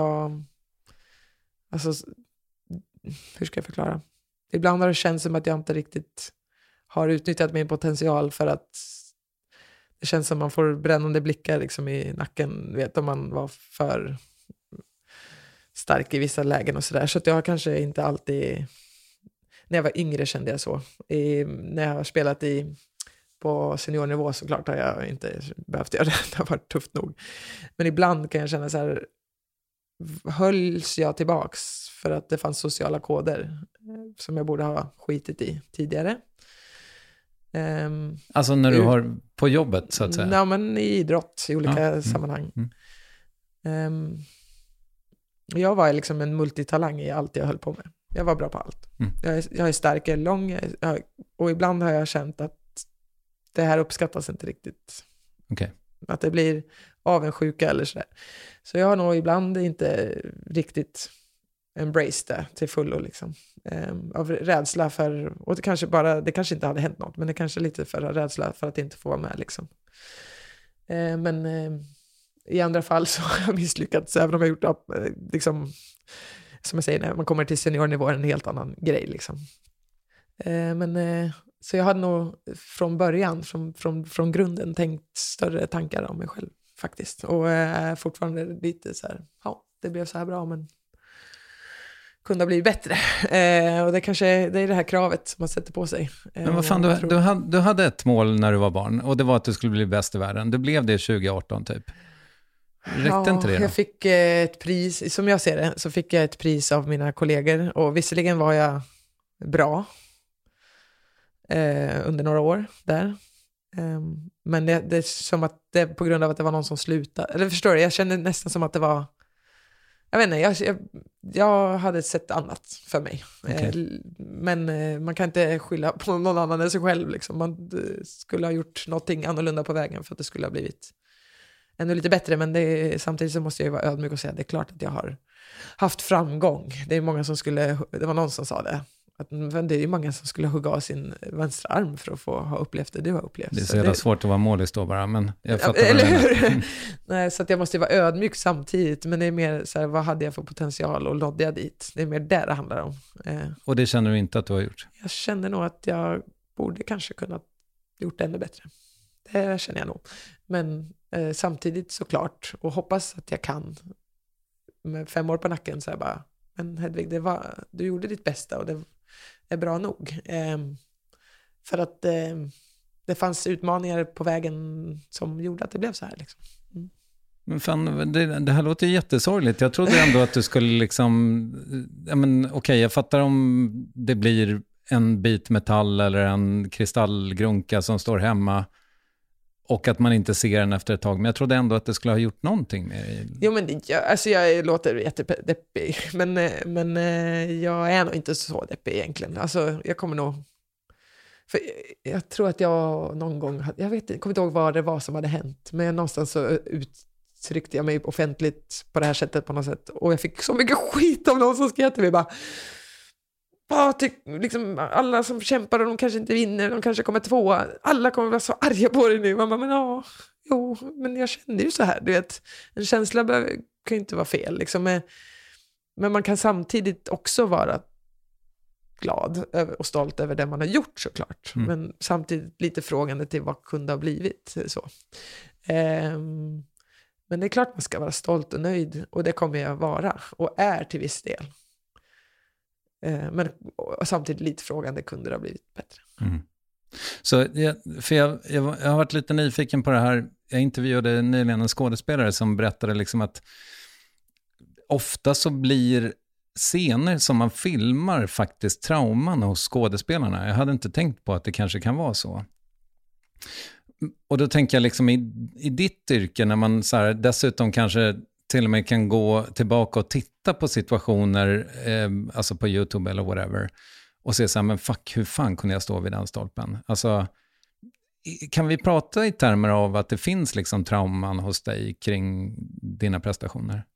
Alltså, hur ska jag förklara? Ibland har det känts som att jag inte riktigt har utnyttjat min potential för att det känns som man får brännande blickar liksom i nacken, vet om man var för stark i vissa lägen och sådär. Så att jag har kanske inte alltid, när jag var yngre kände jag så. När jag har spelat på seniornivå såklart har jag inte behövt göra det. Det har varit tufft nog. Men ibland kan jag känna så här, hölls jag tillbaks för att det fanns sociala koder som jag borde ha skitit i tidigare. Alltså när du har på jobbet så att säga? Ja, men i idrott i olika sammanhang. Jag var liksom en multitalang i allt jag höll på med. Jag var bra på allt. Jag är stark, jag är lång och ibland har jag känt att det här uppskattas inte riktigt. Okay. Att det blir avundsjuka eller sådär. Så jag har nog ibland inte riktigt embraced det till fullo liksom. Av rädsla för, och det kanske inte hade hänt något, men det kanske lite för rädsla för att inte få vara med liksom. Men i andra fall så har jag misslyckats, även om jag gjort liksom, som jag säger, när man kommer till seniornivå är en helt annan grej liksom. Så jag hade nog från början, från grunden tänkt större tankar om mig själv faktiskt. Och är fortfarande lite så här, ja, det blev så här bra, men kunde ha blivit bättre. Och det är det här kravet som man sätter på sig. Men vad fan, du hade ett mål när du var barn, och det var att du skulle bli bäst i världen. Det blev det 2018 typ. Räckte inte det då? Jag fick ett pris, som jag ser det, så fick jag ett pris av mina kollegor. Och visserligen var jag bra under några år där. Men det är som att det på grund av att det var någon som slutade. Eller förstår du, jag kände nästan som att det var, jag vet inte, jag hade sett annat för mig. Okay. Men man kan inte skylla på någon annan än sig själv liksom. Man skulle ha gjort någonting annorlunda på vägen för att det skulle ha blivit ännu lite bättre. Men samtidigt så måste jag ju vara ödmjuk och säga att det är klart att jag har haft framgång. Det är många som det var någon som sa det. Att det är ju många som skulle hugga av sin vänstra arm för att få ha upplevt det du har upplevt. Det är så jävla svårt att vara målis då bara, men jag fattar eller hur? Nej, så att jag måste vara ödmjuk samtidigt, men det är mer så här, vad hade jag för potential och nådde jag dit? Det är mer där det handlar om. Och det känner du inte att du har gjort? Jag känner nog att jag borde kanske kunna gjort det ännu bättre. Det känner jag nog. Men samtidigt såklart, och hoppas att jag kan med 5 år på nacken så här bara, men Hedvig, du gjorde ditt bästa och det är bra nog. För att det fanns utmaningar på vägen som gjorde att det blev så här. Liksom. Men fan, det här låter jättesorgligt. Jag trodde ändå att du skulle liksom, okej, jag fattar om det blir en bit metall eller en kristallgrunka som står hemma och att man inte ser den efter ett tag. Men jag trodde ändå att det skulle ha gjort någonting med det. Jo, men jag låter jättedeppig. Men jag är nog inte så deppig egentligen. Alltså, jag kommer nog För jag tror att jag någon gång, jag kommer inte ihåg vad det var som hade hänt, men någonstans så uttryckte jag mig offentligt på det här sättet på något sätt. Och jag fick så mycket skit av någon som skrev till mig bara, liksom, alla som kämpar och de kanske inte vinner, de kanske kommer tvåa, alla kommer vara så arga på det nu. Man bara, men jag kände ju så här, du vet, en känsla kan ju inte vara fel liksom, men man kan samtidigt också vara glad och stolt över det man har gjort såklart, men samtidigt lite frågande till vad kunde ha blivit så. Men det är klart man ska vara stolt och nöjd, och det kommer jag vara och är till viss del. Men samtidigt lite frågande, kunde det ha blivit bättre. Så jag har varit lite nyfiken på det här. Jag intervjuade nyligen en skådespelare som berättade liksom att ofta så blir scener som man filmar faktiskt trauman hos skådespelarna. Jag hade inte tänkt på att det kanske kan vara så. Och då tänker jag liksom i ditt yrke, när man så här, dessutom kanske till och med kan gå tillbaka och titta på situationer, alltså på YouTube eller whatever, och se så här, men fuck, hur fan kunde jag stå vid den stolpen? Alltså, kan vi prata i termer av att det finns liksom trauman hos dig kring dina prestationer?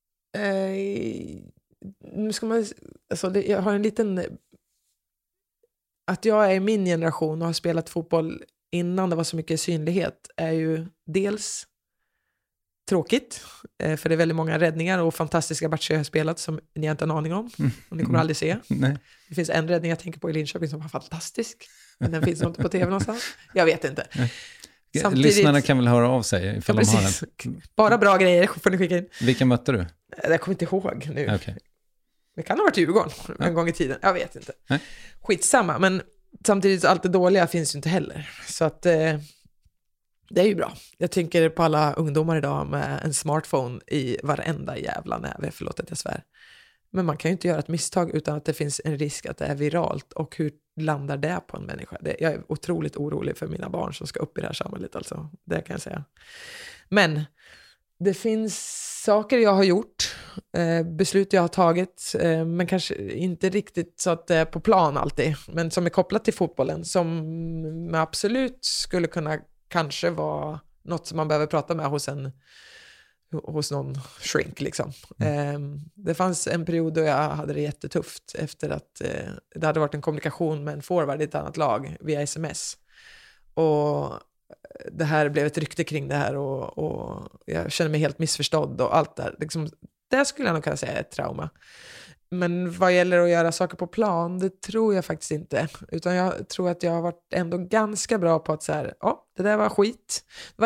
Nu ska man, alltså jag har en liten, att jag är i min generation och har spelat fotboll innan det var så mycket synlighet, är ju dels tråkigt, för det är väldigt många räddningar och fantastiska matcher jag har spelat som ni inte har en aning om, och ni kommer aldrig se. Nej. Det finns en räddning jag tänker på i Linköping som var fantastisk, men den finns inte på tv någonstans. Jag vet inte. Samtidigt, lyssnarna kan väl höra av sig ifall de har en. Bara bra grejer får ni skicka in. Vilka mötte du? Jag kommer inte ihåg nu. Okay. Det kan ha varit Djurgården en gång i tiden. Jag vet inte. Skitsamma, men samtidigt allt det dåliga finns ju inte heller. Så att det är ju bra. Jag tänker på alla ungdomar idag med en smartphone i varenda jävla näve, förlåt att jag svär. Men man kan ju inte göra ett misstag utan att det finns en risk att det är viralt. Och hur landar det på en människa? Jag är otroligt orolig för mina barn som ska upp i det här samhället. Alltså. Det kan jag säga. Men det finns saker jag har gjort, beslut jag har tagit, men kanske inte riktigt så att det är på plan alltid. Men som är kopplat till fotbollen, som absolut skulle kunna kanske vara något som man behöver prata med hos någon shrink liksom. Det fanns en period då jag hade det jättetufft efter att det hade varit en kommunikation med en forward i ett annat lag via sms. Och det här blev ett rykte kring det här och jag kände mig helt missförstådd och allt där. Liksom, det skulle jag nog kunna säga är ett trauma. Men vad gäller att göra saker på plan, det tror jag faktiskt inte. Utan jag tror att jag har varit ändå ganska bra på att så här, det där var skit. Det var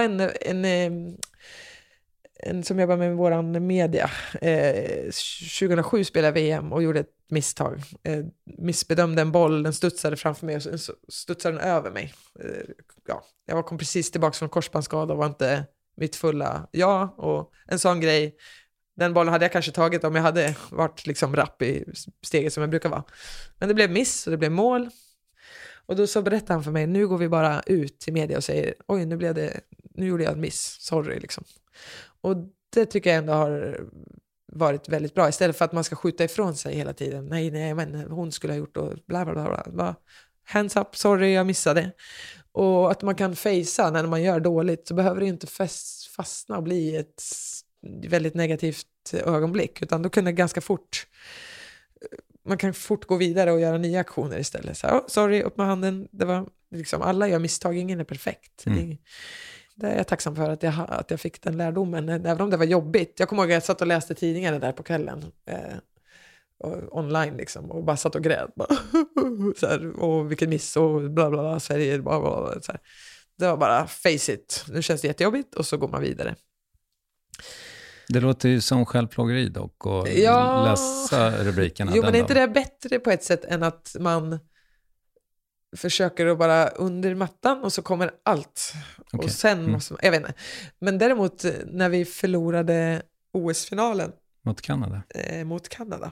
en som jobbar med våran media. 2007 spelade VM och gjorde ett misstag. Missbedömde en boll, den studsade framför mig och så studsade den över mig. Jag kom precis tillbaka från korsbandsskada och var inte mitt fulla jag. Och en sån grej, den bollen hade jag kanske tagit om jag hade varit liksom rapp i steget som jag brukar vara. Men det blev miss och det blev mål. Och då så berättade han för mig, nu går vi bara ut till media och säger, oj nu gjorde jag en miss, sorry liksom. Och det tycker jag ändå har varit väldigt bra. Istället för att man ska skjuta ifrån sig hela tiden. Nej, men hon skulle ha gjort och bla bla bla. Bara, hands up, sorry, jag missade. Och att man kan fejsa när man gör dåligt, så behöver det inte fastna och bli ett väldigt negativt ögonblick. Utan då kan det ganska fort, man kan fort gå vidare och göra nya aktioner istället. Så, sorry, upp med handen. Det var liksom, alla gör misstag, ingen är perfekt. Det är jag tacksam för att jag fick den lärdomen, även om det var jobbigt. Jag kommer ihåg att jag satt och läste tidningarna där på kvällen online liksom, och bara satt och grät. Så här, och vilken miss och bla bla bla, Sverige, bla bla bla, så här. Det var bara face it. Nu känns det jättejobbigt och så går man vidare. Det låter ju som självplågeri dock och läsa rubrikerna. Jo, men är inte det bättre på ett sätt än att man försöker att bara under mattan och så kommer allt. Okay. Och sen måste man, jag vet inte. Men däremot när vi förlorade OS-finalen mot Kanada.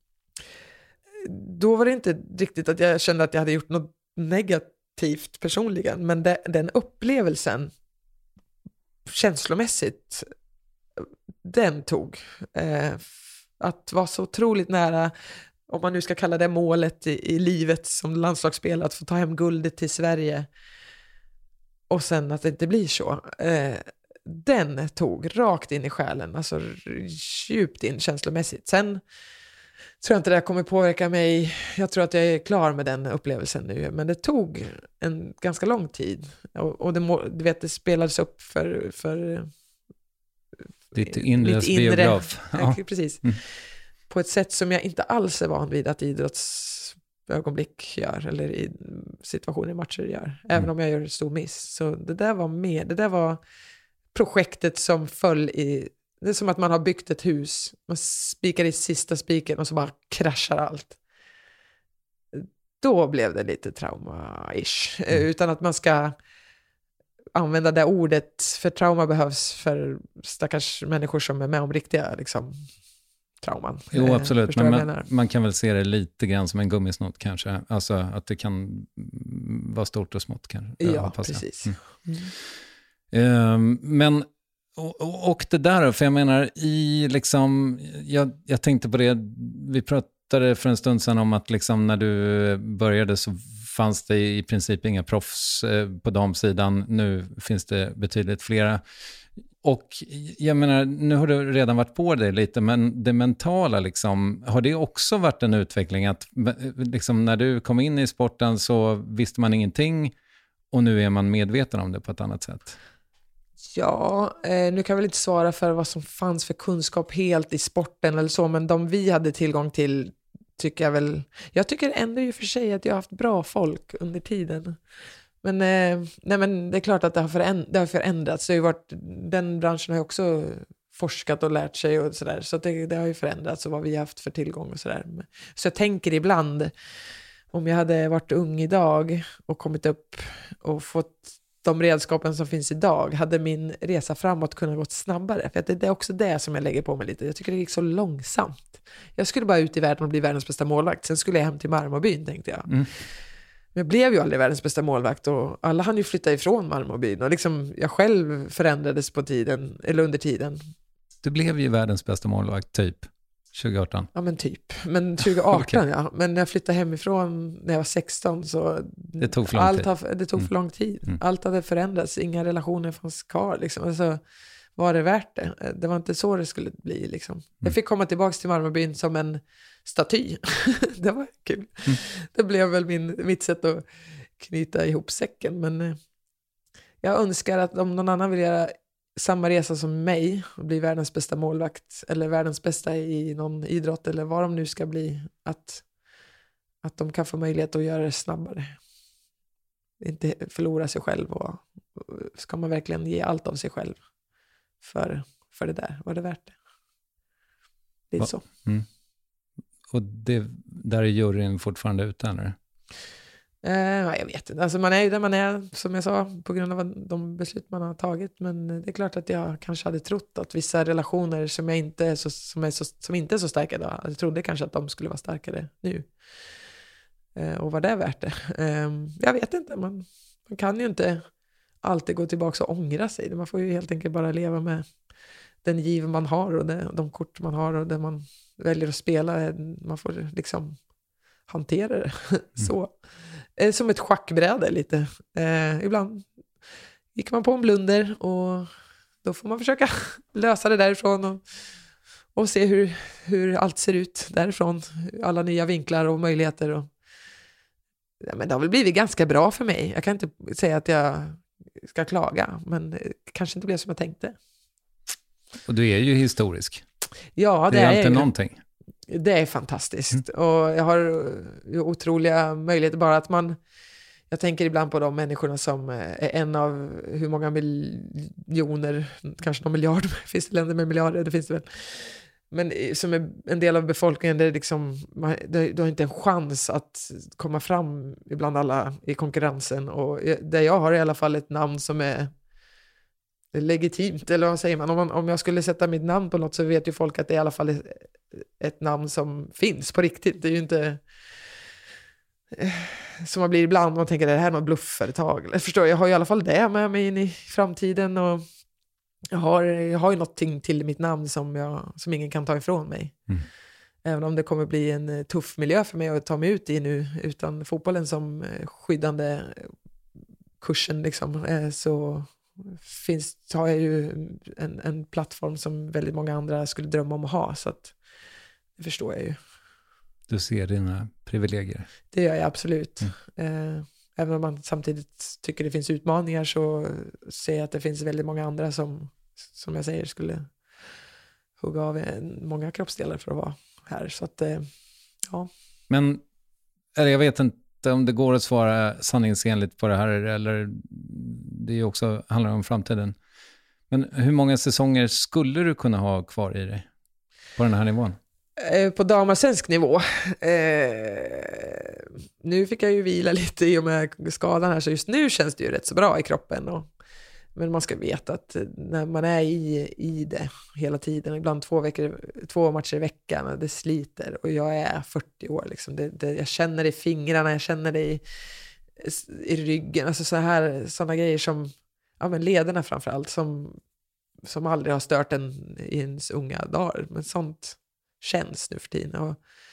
Då var det inte riktigt att jag kände att jag hade gjort något negativt personligen, men den upplevelsen känslomässigt, den tog att vara så otroligt nära om man nu ska kalla det målet i livet som landslagsspelare, att få ta hem guldet till Sverige och sen att det inte blir så. Den tog rakt in i själen, alltså djupt in känslomässigt. Sen tror jag inte det kommer påverka mig. Jag tror att jag är klar med den upplevelsen nu. Men det tog en ganska lång tid. Och det spelades upp för ditt inre biograf. Ja. Precis. På ett sätt som jag inte alls är van vid att idrottsögonblick gör. Eller i situationer i matcher gör. Även om jag gör stor miss. Så det där var med. Det där var projektet som föll i... Det är som att man har byggt ett hus. Man spikar i sista spiken och så bara kraschar allt. Då blev det lite trauma-ish. Utan att man ska använda det ordet. För trauma behövs för stackars människor som är med om riktiga liksom, trauman. Jo, absolut. Men man kan väl se det lite grann som en gummisnott kanske. Alltså att det kan vara stort och smått kanske. Ja, precis. Men och det där, för jag menar jag tänkte på det, vi pratade för en stund sedan om att liksom när du började så fanns det i princip inga proffs på damsidan, nu finns det betydligt flera. Och jag menar, nu har du redan varit på det lite, men det mentala liksom, har det också varit en utveckling att liksom när du kom in i sporten så visste man ingenting och nu är man medveten om det på ett annat sätt? Ja, nu kan jag väl inte svara för vad som fanns för kunskap helt i sporten eller så, men de vi hade tillgång till tycker jag väl... Jag tycker ändå i och för sig att jag har haft bra folk under tiden. Men, men det är klart att det har förändrats. Det har ju varit, den branschen har ju också forskat och lärt sig och sådär. Så det har ju förändrats och vad vi har haft för tillgång och sådär. Så jag tänker ibland, om jag hade varit ung idag och kommit upp och fått de redskapen som finns idag, hade min resa framåt kunnat gått snabbare. För att det är också det som jag lägger på mig lite. Jag tycker det gick så långsamt. Jag skulle bara ut i världen och bli världens bästa målvakt. Sen skulle jag hem till Marmarbyn, tänkte jag. Men jag blev ju aldrig världens bästa målvakt och alla hann ju flytta ifrån Marmarbyn. Och liksom jag själv förändrades på tiden, eller under tiden. Du blev ju världens bästa målvakt, typ. 2018? Ja, men typ. Men 2018, okay. Ja. Men när jag flyttade hemifrån när jag var 16 så... Det tog för lång tid. Det tog för lång tid. Allt hade förändrats. Inga relationer fanns kvar. Liksom. Alltså, var det värt det? Det var inte så det skulle bli. Liksom. Jag fick komma tillbaka till Marmarbyn som en staty. Det var kul. Det blev väl mitt sätt att knyta ihop säcken. Men jag önskar att om någon annan vill göra samma resa som mig och bli världens bästa målvakt eller världens bästa i någon idrott eller vad de nu ska bli, att de kan få möjlighet att göra det snabbare. Inte förlora sig själv och ska man verkligen ge allt av sig själv för det där, var det värt det? Lite så. Och det där är juryn fortfarande ute, eller? Jag vet inte. Alltså man är ju där man är, som jag sa, på grund av de beslut man har tagit. Men det är klart att jag kanske hade trott att vissa relationer som inte är så starka idag, jag trodde kanske att de skulle vara starkare nu. Och var det värt det? Jag vet inte. Man kan ju inte alltid gå tillbaka och ångra sig. Man får ju helt enkelt bara leva med den giv man har och de kort man har och det man väljer att spela. Man får liksom hantera det så. Som ett schackbräde lite. Ibland gick man på en blunder och då får man försöka lösa det därifrån och se hur allt ser ut därifrån. Alla nya vinklar och möjligheter. Men det har väl blivit ganska bra för mig. Jag kan inte säga att jag ska klaga, men det kanske inte blev som jag tänkte. Och du är ju historisk. Ja, det är alltid någonting. Det är fantastiskt. Och jag har otroliga möjligheter bara att jag tänker ibland på de människorna som är en av hur många miljoner, kanske någon miljard, finns det länder med miljarder, det finns det väl. Men som är en del av befolkningen där liksom, du har inte en chans att komma fram ibland alla i konkurrensen. Och där jag har i alla fall ett namn som är legitimt, eller vad säger man? Om jag skulle sätta mitt namn på något så vet ju folk att det är i alla fall ett namn som finns på riktigt. Det är ju inte som man blir ibland, man tänker, är det här något bluffföretag? Jag förstår, jag har i alla fall det med mig in i framtiden och jag har ju någonting till mitt namn som ingen kan ta ifrån mig. Även om det kommer bli en tuff miljö för mig att ta mig ut i nu, utan fotbollen som skyddande kursen liksom, så har jag ju en plattform som väldigt många andra skulle drömma om att ha, så att det förstår jag ju. Du ser dina privilegier. Det gör jag absolut. Även om man samtidigt tycker det finns utmaningar, så ser jag att det finns väldigt många andra som jag säger skulle hugga av många kroppsdelar för att vara här. Så att, ja. Men jag vet inte om det går att svara sanningsenligt på det här, eller det är också handlar om framtiden. Men hur många säsonger skulle du kunna ha kvar i dig på den här nivån? På damallsvensk nivå. Nu fick jag ju vila lite i och med skadan här, så just nu känns det ju rätt så bra i kroppen. Men man ska veta att när man är i det hela tiden, ibland 2 matcher i veckan, det sliter. Och jag är 40 år. Liksom. Jag känner det i fingrarna, jag känner det i ryggen. Alltså sådana grejer som, ja, men lederna framförallt, som aldrig har stört en i ens unga dagar. Men sånt känns nu för tiden. Och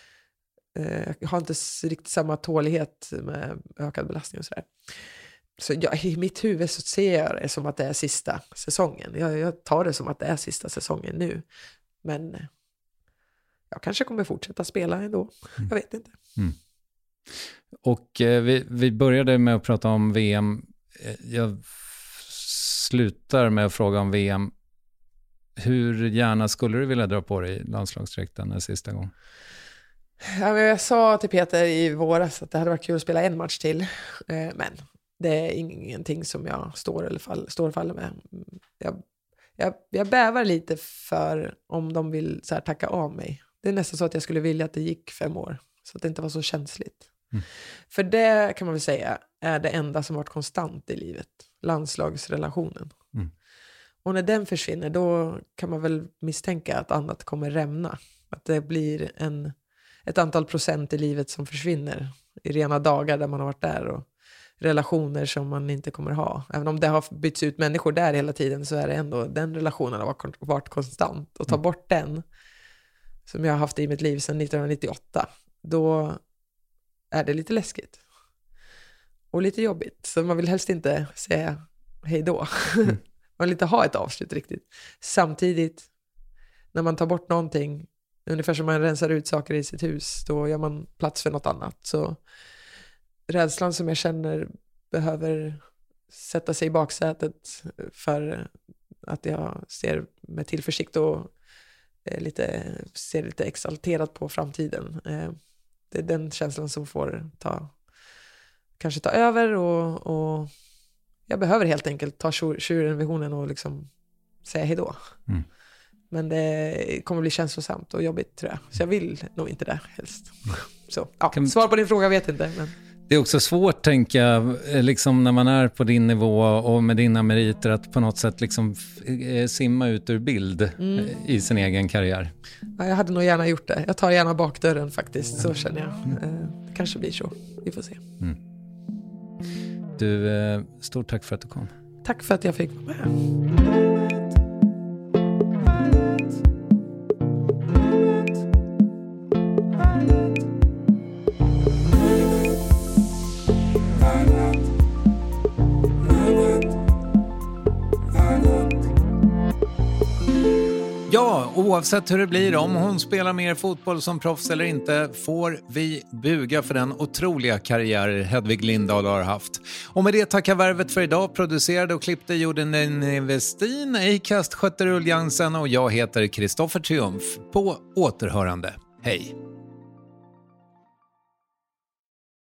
jag har inte riktigt samma tålighet med ökad belastning och sådär. Så i mitt huvud så ser jag det som att det är sista säsongen. Jag tar det som att det är sista säsongen nu. Men jag kanske kommer fortsätta spela ändå. Jag vet inte. Och vi började med att prata om VM. Jag slutar med att fråga om VM. Hur gärna skulle du vilja dra på dig landslagsdräkten en sista gång? Ja, jag sa till Peter i våras att det hade varit kul att spela en match till. Men det är ingenting som jag står och faller med. Jag bävar lite för om de vill så här tacka av mig. Det är nästan så att jag skulle vilja att det gick 5 år. Så att det inte var så känsligt. För det kan man väl säga är det enda som varit konstant i livet. Landslagsrelationen. Och när den försvinner, då kan man väl misstänka att annat kommer rämna. Att det blir ett antal procent i livet som försvinner i rena dagar där man har varit där, och relationer som man inte kommer ha. Även om det har bytts ut människor där hela tiden, så är det ändå den relationen har varit konstant. Och ta bort den, som jag har haft i mitt liv sedan 1998, då är det lite läskigt. Och lite jobbigt. Så man vill helst inte säga hej då. Man vill inte ha ett avslut riktigt. Samtidigt, när man tar bort någonting, ungefär som man rensar ut saker i sitt hus, då gör man plats för något annat. Så rädslan som jag känner behöver sätta sig i baksätet, för att jag ser med tillförsikt och ser lite exalterat på framtiden. Det är den känslan som får kanske ta över, och jag behöver helt enkelt ta tjuren vid hornen och liksom säga hej då. Men det kommer bli känslosamt och jobbigt, tror jag. Så jag vill nog inte det helst. Så, ja, svar på din fråga vet inte. Men... Det är också svårt, tänka, liksom när man är på din nivå och med dina meriter, att på något sätt liksom simma ut ur bild i sin egen karriär. Ja, jag hade nog gärna gjort det. Jag tar gärna bakdörren faktiskt, så känner jag. Det kanske blir så. Vi får se. Du, stort tack för att du kom. Tack för att jag fick vara med. Ja, oavsett hur det blir, om hon spelar mer fotboll som proffs eller inte, får vi buga för den otroliga karriär Hedvig Lindahl har haft. Och med det tackar Värvet för idag. Producerade och klippte Jorden Westin, Acast skötte Ulf Jansen och jag heter Kristoffer Triumf. På återhörande. Hej!